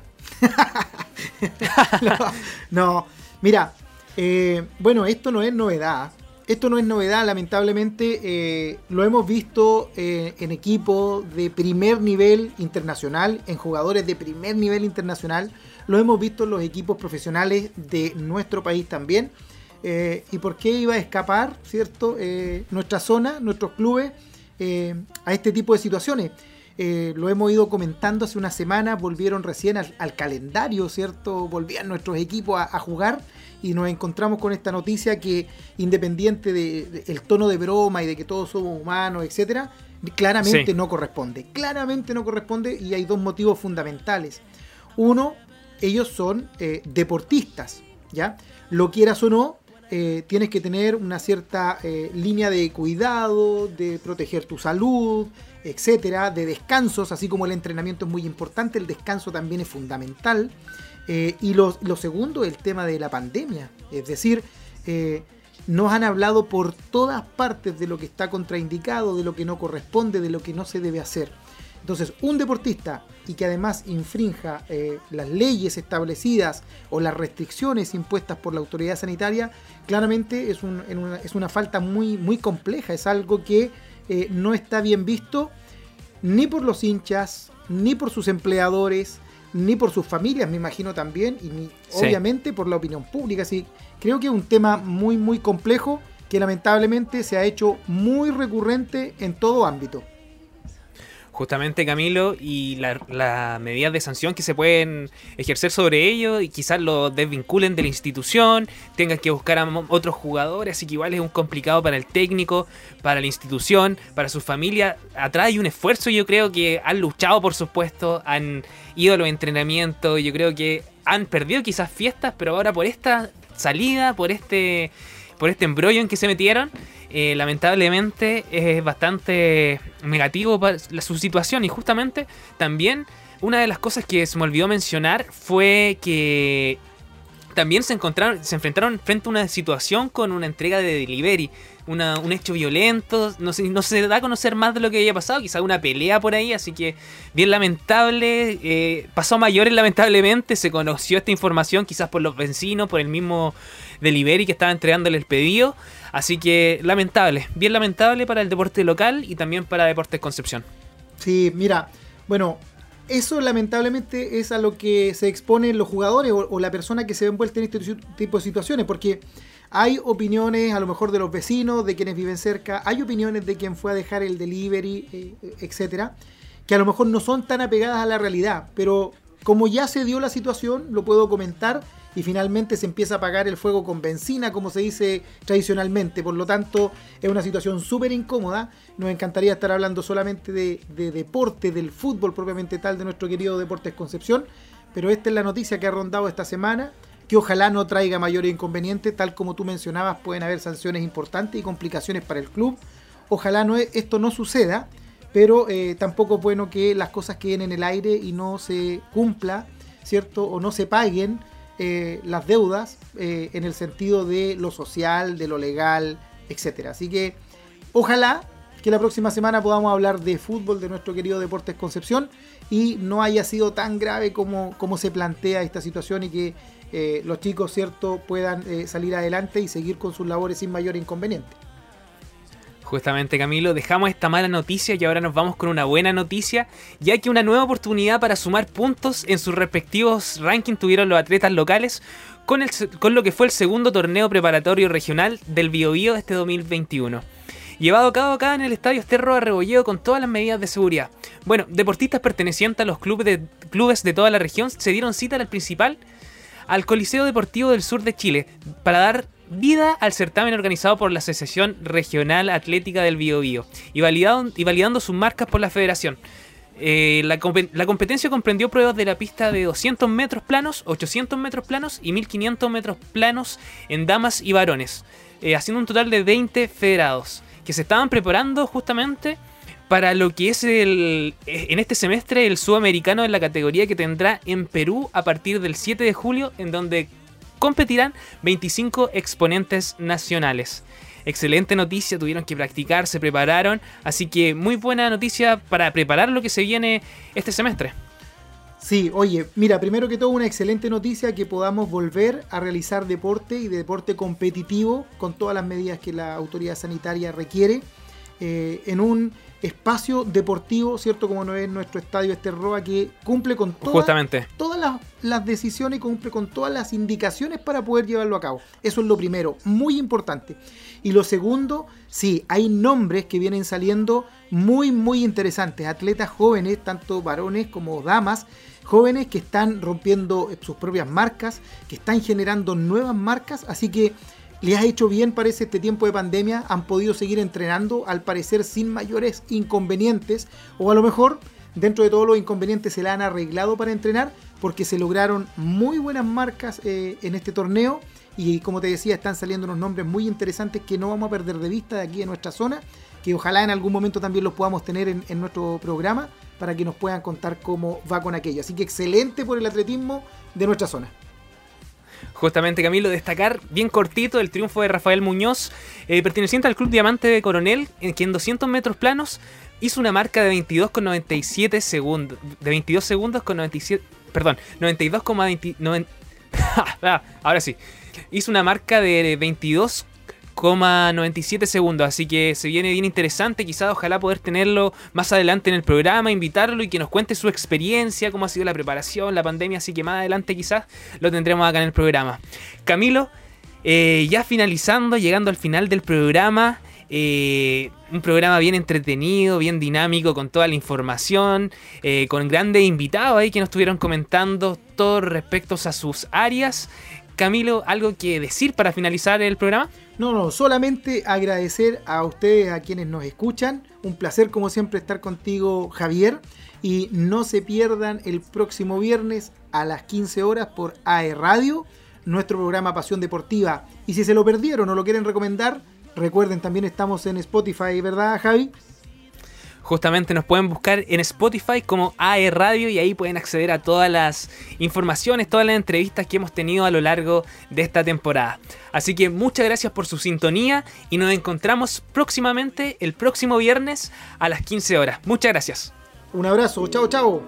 No, mira, bueno, esto no es novedad. Esto no es novedad, lamentablemente. Lo hemos visto en equipos de primer nivel internacional, en jugadores de primer nivel internacional. Lo hemos visto en los equipos profesionales de nuestro país también. ¿Y por qué iba a escapar, cierto, nuestra zona, nuestros clubes, a este tipo de situaciones? Lo hemos ido comentando hace una semana, volvieron recién al calendario, ¿cierto? Volvían nuestros equipos a jugar y nos encontramos con esta noticia que, independiente del tono de broma y de que todos somos humanos, etcétera, claramente no corresponde. Claramente no corresponde, y hay 2 motivos fundamentales. Uno, ellos son deportistas, ¿ya? Lo quieras o no, tienes que tener una cierta línea de cuidado, de proteger tu salud, etcétera, de descansos, así como el entrenamiento es muy importante, el descanso también es fundamental. Y lo segundo, el tema de la pandemia. Es decir, nos han hablado por todas partes de lo que está contraindicado, de lo que no corresponde, de lo que no se debe hacer. Entonces, un deportista, y que además infrinja las leyes establecidas o las restricciones impuestas por la autoridad sanitaria, claramente es una falta muy, muy compleja. Es algo que no está bien visto ni por los hinchas, ni por sus empleadores, ni por sus familias, me imagino también, y obviamente por la opinión pública. Así, creo que es un tema muy, muy complejo que lamentablemente se ha hecho muy recurrente en todo ámbito. Justamente, Camilo, y las medidas de sanción que se pueden ejercer sobre ellos, y quizás lo desvinculen de la institución, tengan que buscar a otros jugadores, así que igual es un complicado para el técnico, para la institución, para su familia. Atrás hay un esfuerzo, yo creo que han luchado por sus puestos, han ido a los entrenamientos, yo creo que han perdido quizás fiestas, pero ahora por esta salida, por este embrollo en que se metieron, lamentablemente es bastante negativo para su situación. Y justamente también una de las cosas que se me olvidó mencionar fue que también se enfrentaron frente a una situación con una entrega de delivery, un hecho violento. No se da a conocer más de lo que había pasado, quizá una pelea por ahí, así que bien lamentable. Pasó a mayores, lamentablemente. Se conoció esta información quizás por los vecinos, por el mismo delivery que estaba entregándole el pedido. Así que lamentable, bien lamentable para el deporte local y también para Deportes Concepción. Sí, mira, bueno, eso lamentablemente es a lo que se exponen los jugadores o la persona que se ve envuelta en este tipo de situaciones, porque hay opiniones a lo mejor de los vecinos, de quienes viven cerca, hay opiniones de quien fue a dejar el delivery, etcétera, que a lo mejor no son tan apegadas a la realidad, pero como ya se dio la situación, lo puedo comentar, y finalmente se empieza a apagar el fuego con benzina, como se dice tradicionalmente. Por lo tanto, es una situación súper incómoda. Nos encantaría estar hablando solamente de deporte, del fútbol propiamente tal, de nuestro querido Deportes Concepción, pero esta es la noticia que ha rondado esta semana, que ojalá no traiga mayores inconvenientes. Tal como tú mencionabas, pueden haber sanciones importantes y complicaciones para el club. Ojalá esto no suceda, pero tampoco es bueno que las cosas queden en el aire y no se cumpla, ¿cierto? O no se paguen las deudas en el sentido de lo social, de lo legal, etcétera. Así que ojalá que la próxima semana podamos hablar de fútbol, de nuestro querido Deportes Concepción, y no haya sido tan grave como se plantea esta situación, y que los chicos, ¿cierto?, puedan salir adelante y seguir con sus labores sin mayor inconveniente. Justamente, Camilo, dejamos esta mala noticia y ahora nos vamos con una buena noticia, ya que una nueva oportunidad para sumar puntos en sus respectivos rankings tuvieron los atletas locales con lo que fue el segundo torneo preparatorio regional del Biobío de este 2021. Llevado a cabo acá en el Estadio Ester Roa Rebolledo con todas las medidas de seguridad. Bueno, deportistas pertenecientes a los clubes de toda la región se dieron cita al principal, al Coliseo Deportivo del Sur de Chile, para dar vida al certamen organizado por la Asociación Regional Atlética del Biobío y validando sus marcas por la federación. La competencia comprendió pruebas de la pista de 200 metros planos, 800 metros planos y 1500 metros planos en damas y varones, haciendo un total de 20 federados que se estaban preparando justamente para lo que es en este semestre el sudamericano en la categoría que tendrá en Perú a partir del 7 de julio, en donde competirán 25 exponentes nacionales. Excelente noticia, tuvieron que practicar, se prepararon, así que muy buena noticia para preparar lo que se viene este semestre. Sí, oye, mira, primero que todo una excelente noticia que podamos volver a realizar deporte y deporte competitivo con todas las medidas que la autoridad sanitaria requiere en un espacio deportivo, ¿cierto? Como no es nuestro estadio Ester Roa, que cumple con todas las decisiones y cumple con todas las indicaciones para poder llevarlo a cabo. Eso es lo primero, muy importante. Y lo segundo, sí, hay nombres que vienen saliendo muy, muy interesantes. Atletas jóvenes, tanto varones como damas, jóvenes que están rompiendo sus propias marcas, que están generando nuevas marcas, así que les ha hecho bien, parece, este tiempo de pandemia. Han podido seguir entrenando, al parecer sin mayores inconvenientes, o a lo mejor dentro de todos los inconvenientes se la han arreglado para entrenar, porque se lograron muy buenas marcas en este torneo. Y como te decía, están saliendo unos nombres muy interesantes que no vamos a perder de vista de aquí en nuestra zona, que ojalá en algún momento también los podamos tener en nuestro programa para que nos puedan contar cómo va con aquello. Así que excelente por el atletismo de nuestra zona. Justamente, Camilo, destacar bien cortito el triunfo de Rafael Muñoz, perteneciente al Club Diamante de Coronel, que en 200 metros planos hizo una marca de 22,97 segundos. De 22 segundos con 97... Perdón, 92,29... Ahora sí. Hizo una marca de 22,97 segundos, así que se viene bien interesante. Quizás ojalá poder tenerlo más adelante en el programa, invitarlo y que nos cuente su experiencia, cómo ha sido la preparación, la pandemia, así que más adelante quizás lo tendremos acá en el programa. Camilo, ya finalizando, llegando al final del programa, un programa bien entretenido, bien dinámico, con toda la información, con grandes invitados ahí que nos estuvieron comentando todo respecto a sus áreas. Camilo, ¿algo que decir para finalizar el programa? No, solamente agradecer a ustedes, a quienes nos escuchan. Un placer, como siempre, estar contigo, Javier. Y no se pierdan el próximo viernes a las 15 horas por AE Radio, nuestro programa Pasión Deportiva. Y si se lo perdieron o lo quieren recomendar, recuerden, también estamos en Spotify, ¿verdad, Javi? Justamente nos pueden buscar en Spotify como AE Radio y ahí pueden acceder a todas las informaciones, todas las entrevistas que hemos tenido a lo largo de esta temporada. Así que muchas gracias por su sintonía y nos encontramos próximamente el próximo viernes a las 15 horas. Muchas gracias. Un abrazo, chao, chao.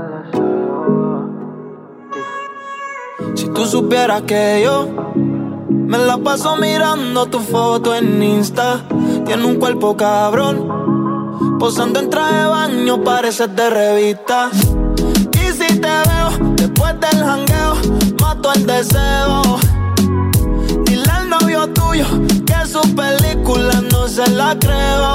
Si tú supieras que yo Me la paso mirando tu foto en Insta. Tiene un cuerpo cabrón, posando en traje de baño, pareces de revista. Y si te veo después del jangueo, mato el deseo. Dile al novio tuyo que su película no se la creo.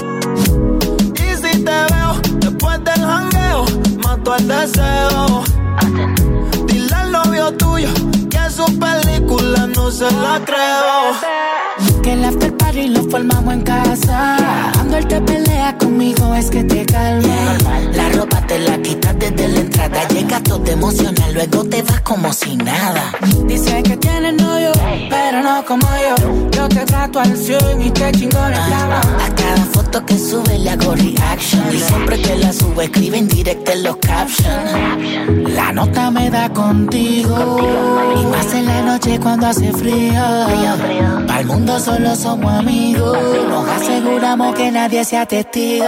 Y si te veo después del jangueo, mato el deseo. Dile al novio tuyo que su película no se la creo. Que el after party lo formamos en casa. Cuando él te pelea conmigo es que te calma. La ropa te la quitas desde la entrada. Llegas todo emocional, luego te vas como si nada. Dice que tienes novio, pero no como yo. Yo te trato al 100 y te chingo en la cama. A cada foto que sube le hago reaction. Y siempre que la subo escribe en directo en los captions. La nota me da contigo. Y más en la noche cuando hace frío. Para el mundo solo somos amigos. Nos aseguramos que nadie sea testigo.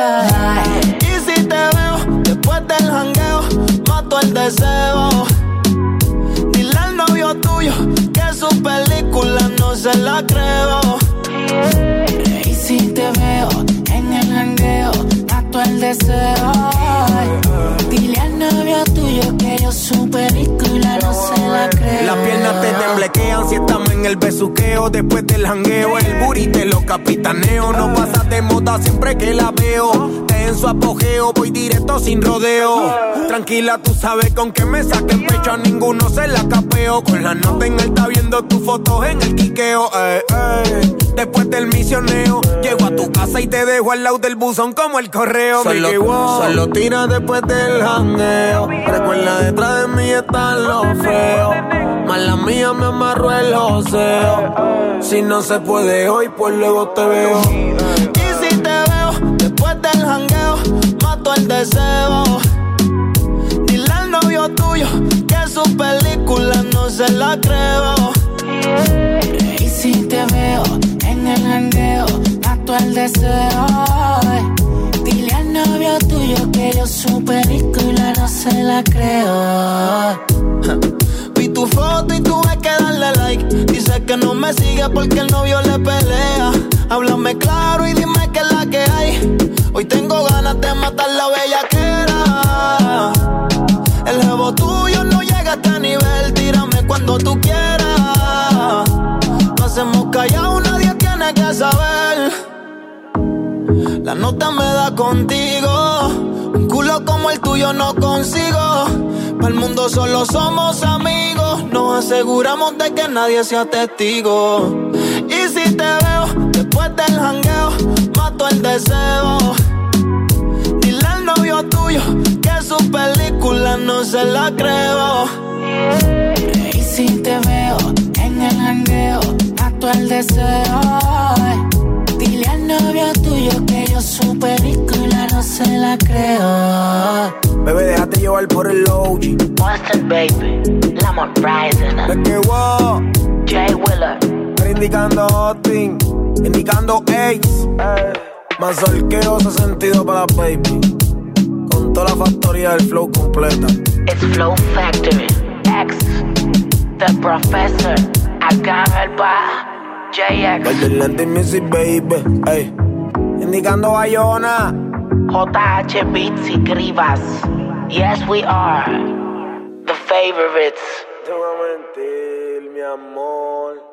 Y si te veo después del jangueo, mato el deseo. Dile al novio tuyo que su película no se la creo. Y si te veo en el jangueo, mato el deseo. Dile al novio tuyo que yo su película no se la creo. Las piernas te temblequean si estamos en el besuqueo. Después del jangueo, el booty te lo capitaneo. No pasa de moda siempre que la veo. En su apogeo voy directo sin rodeo. Tranquila, tú sabes con que me saque el pecho. A ninguno se la capeo. Con la nota en alta viendo tus fotos en el quiqueo. Después del misioneo, llego a tu casa y te dejo al lado del buzón como el correo. Solo tira después del jangueo. Recuerda, detrás de mí están los feos. Mala mía, me amarró el joseo. Si no se puede hoy, pues luego te veo. Y si te veo después del jangueo, mato el deseo. Dile al novio tuyo que su película no se la creo. Y si te veo en el jangueo, mato el deseo. Dile al novio tuyo que yo su película no se la creo. Vi tu foto y tuve que darle like. Dice que no me sigue porque el novio le pelea. Háblame claro y dime qué es la que hay. Hoy tengo ganas de matar la bellaquera. El jevo tuyo no llega a este nivel. Tírame cuando tú quieras. No hacemos callado, nadie tiene que saber. La nota me da contigo. Un culo como el tuyo no consigo. Para el mundo solo somos amigos. Nos aseguramos de que nadie sea testigo. Y si te veo después del jangueo, mato el deseo. Dile al novio tuyo que su película no se la creo. Y si te veo en el jangueo, mato el deseo. Dile al novio tuyo que yo su película no se la creo. Bebé, déjate llevar por el OG. Boston, baby, Lamont Rising. Es que wow, Jay Willer. indicando Austin, indicando Ace. Más solqueo 60 sentido para la baby. Con toda la factoría del flow completa. It's Flow Factory. X, The Professor. Acá en el bar. JX. Valdelante Music, baby. Ey. Indicando Bayona. JH Beats y Grivas. Yes, we are the favorites. Te voy a mentir, mi amor.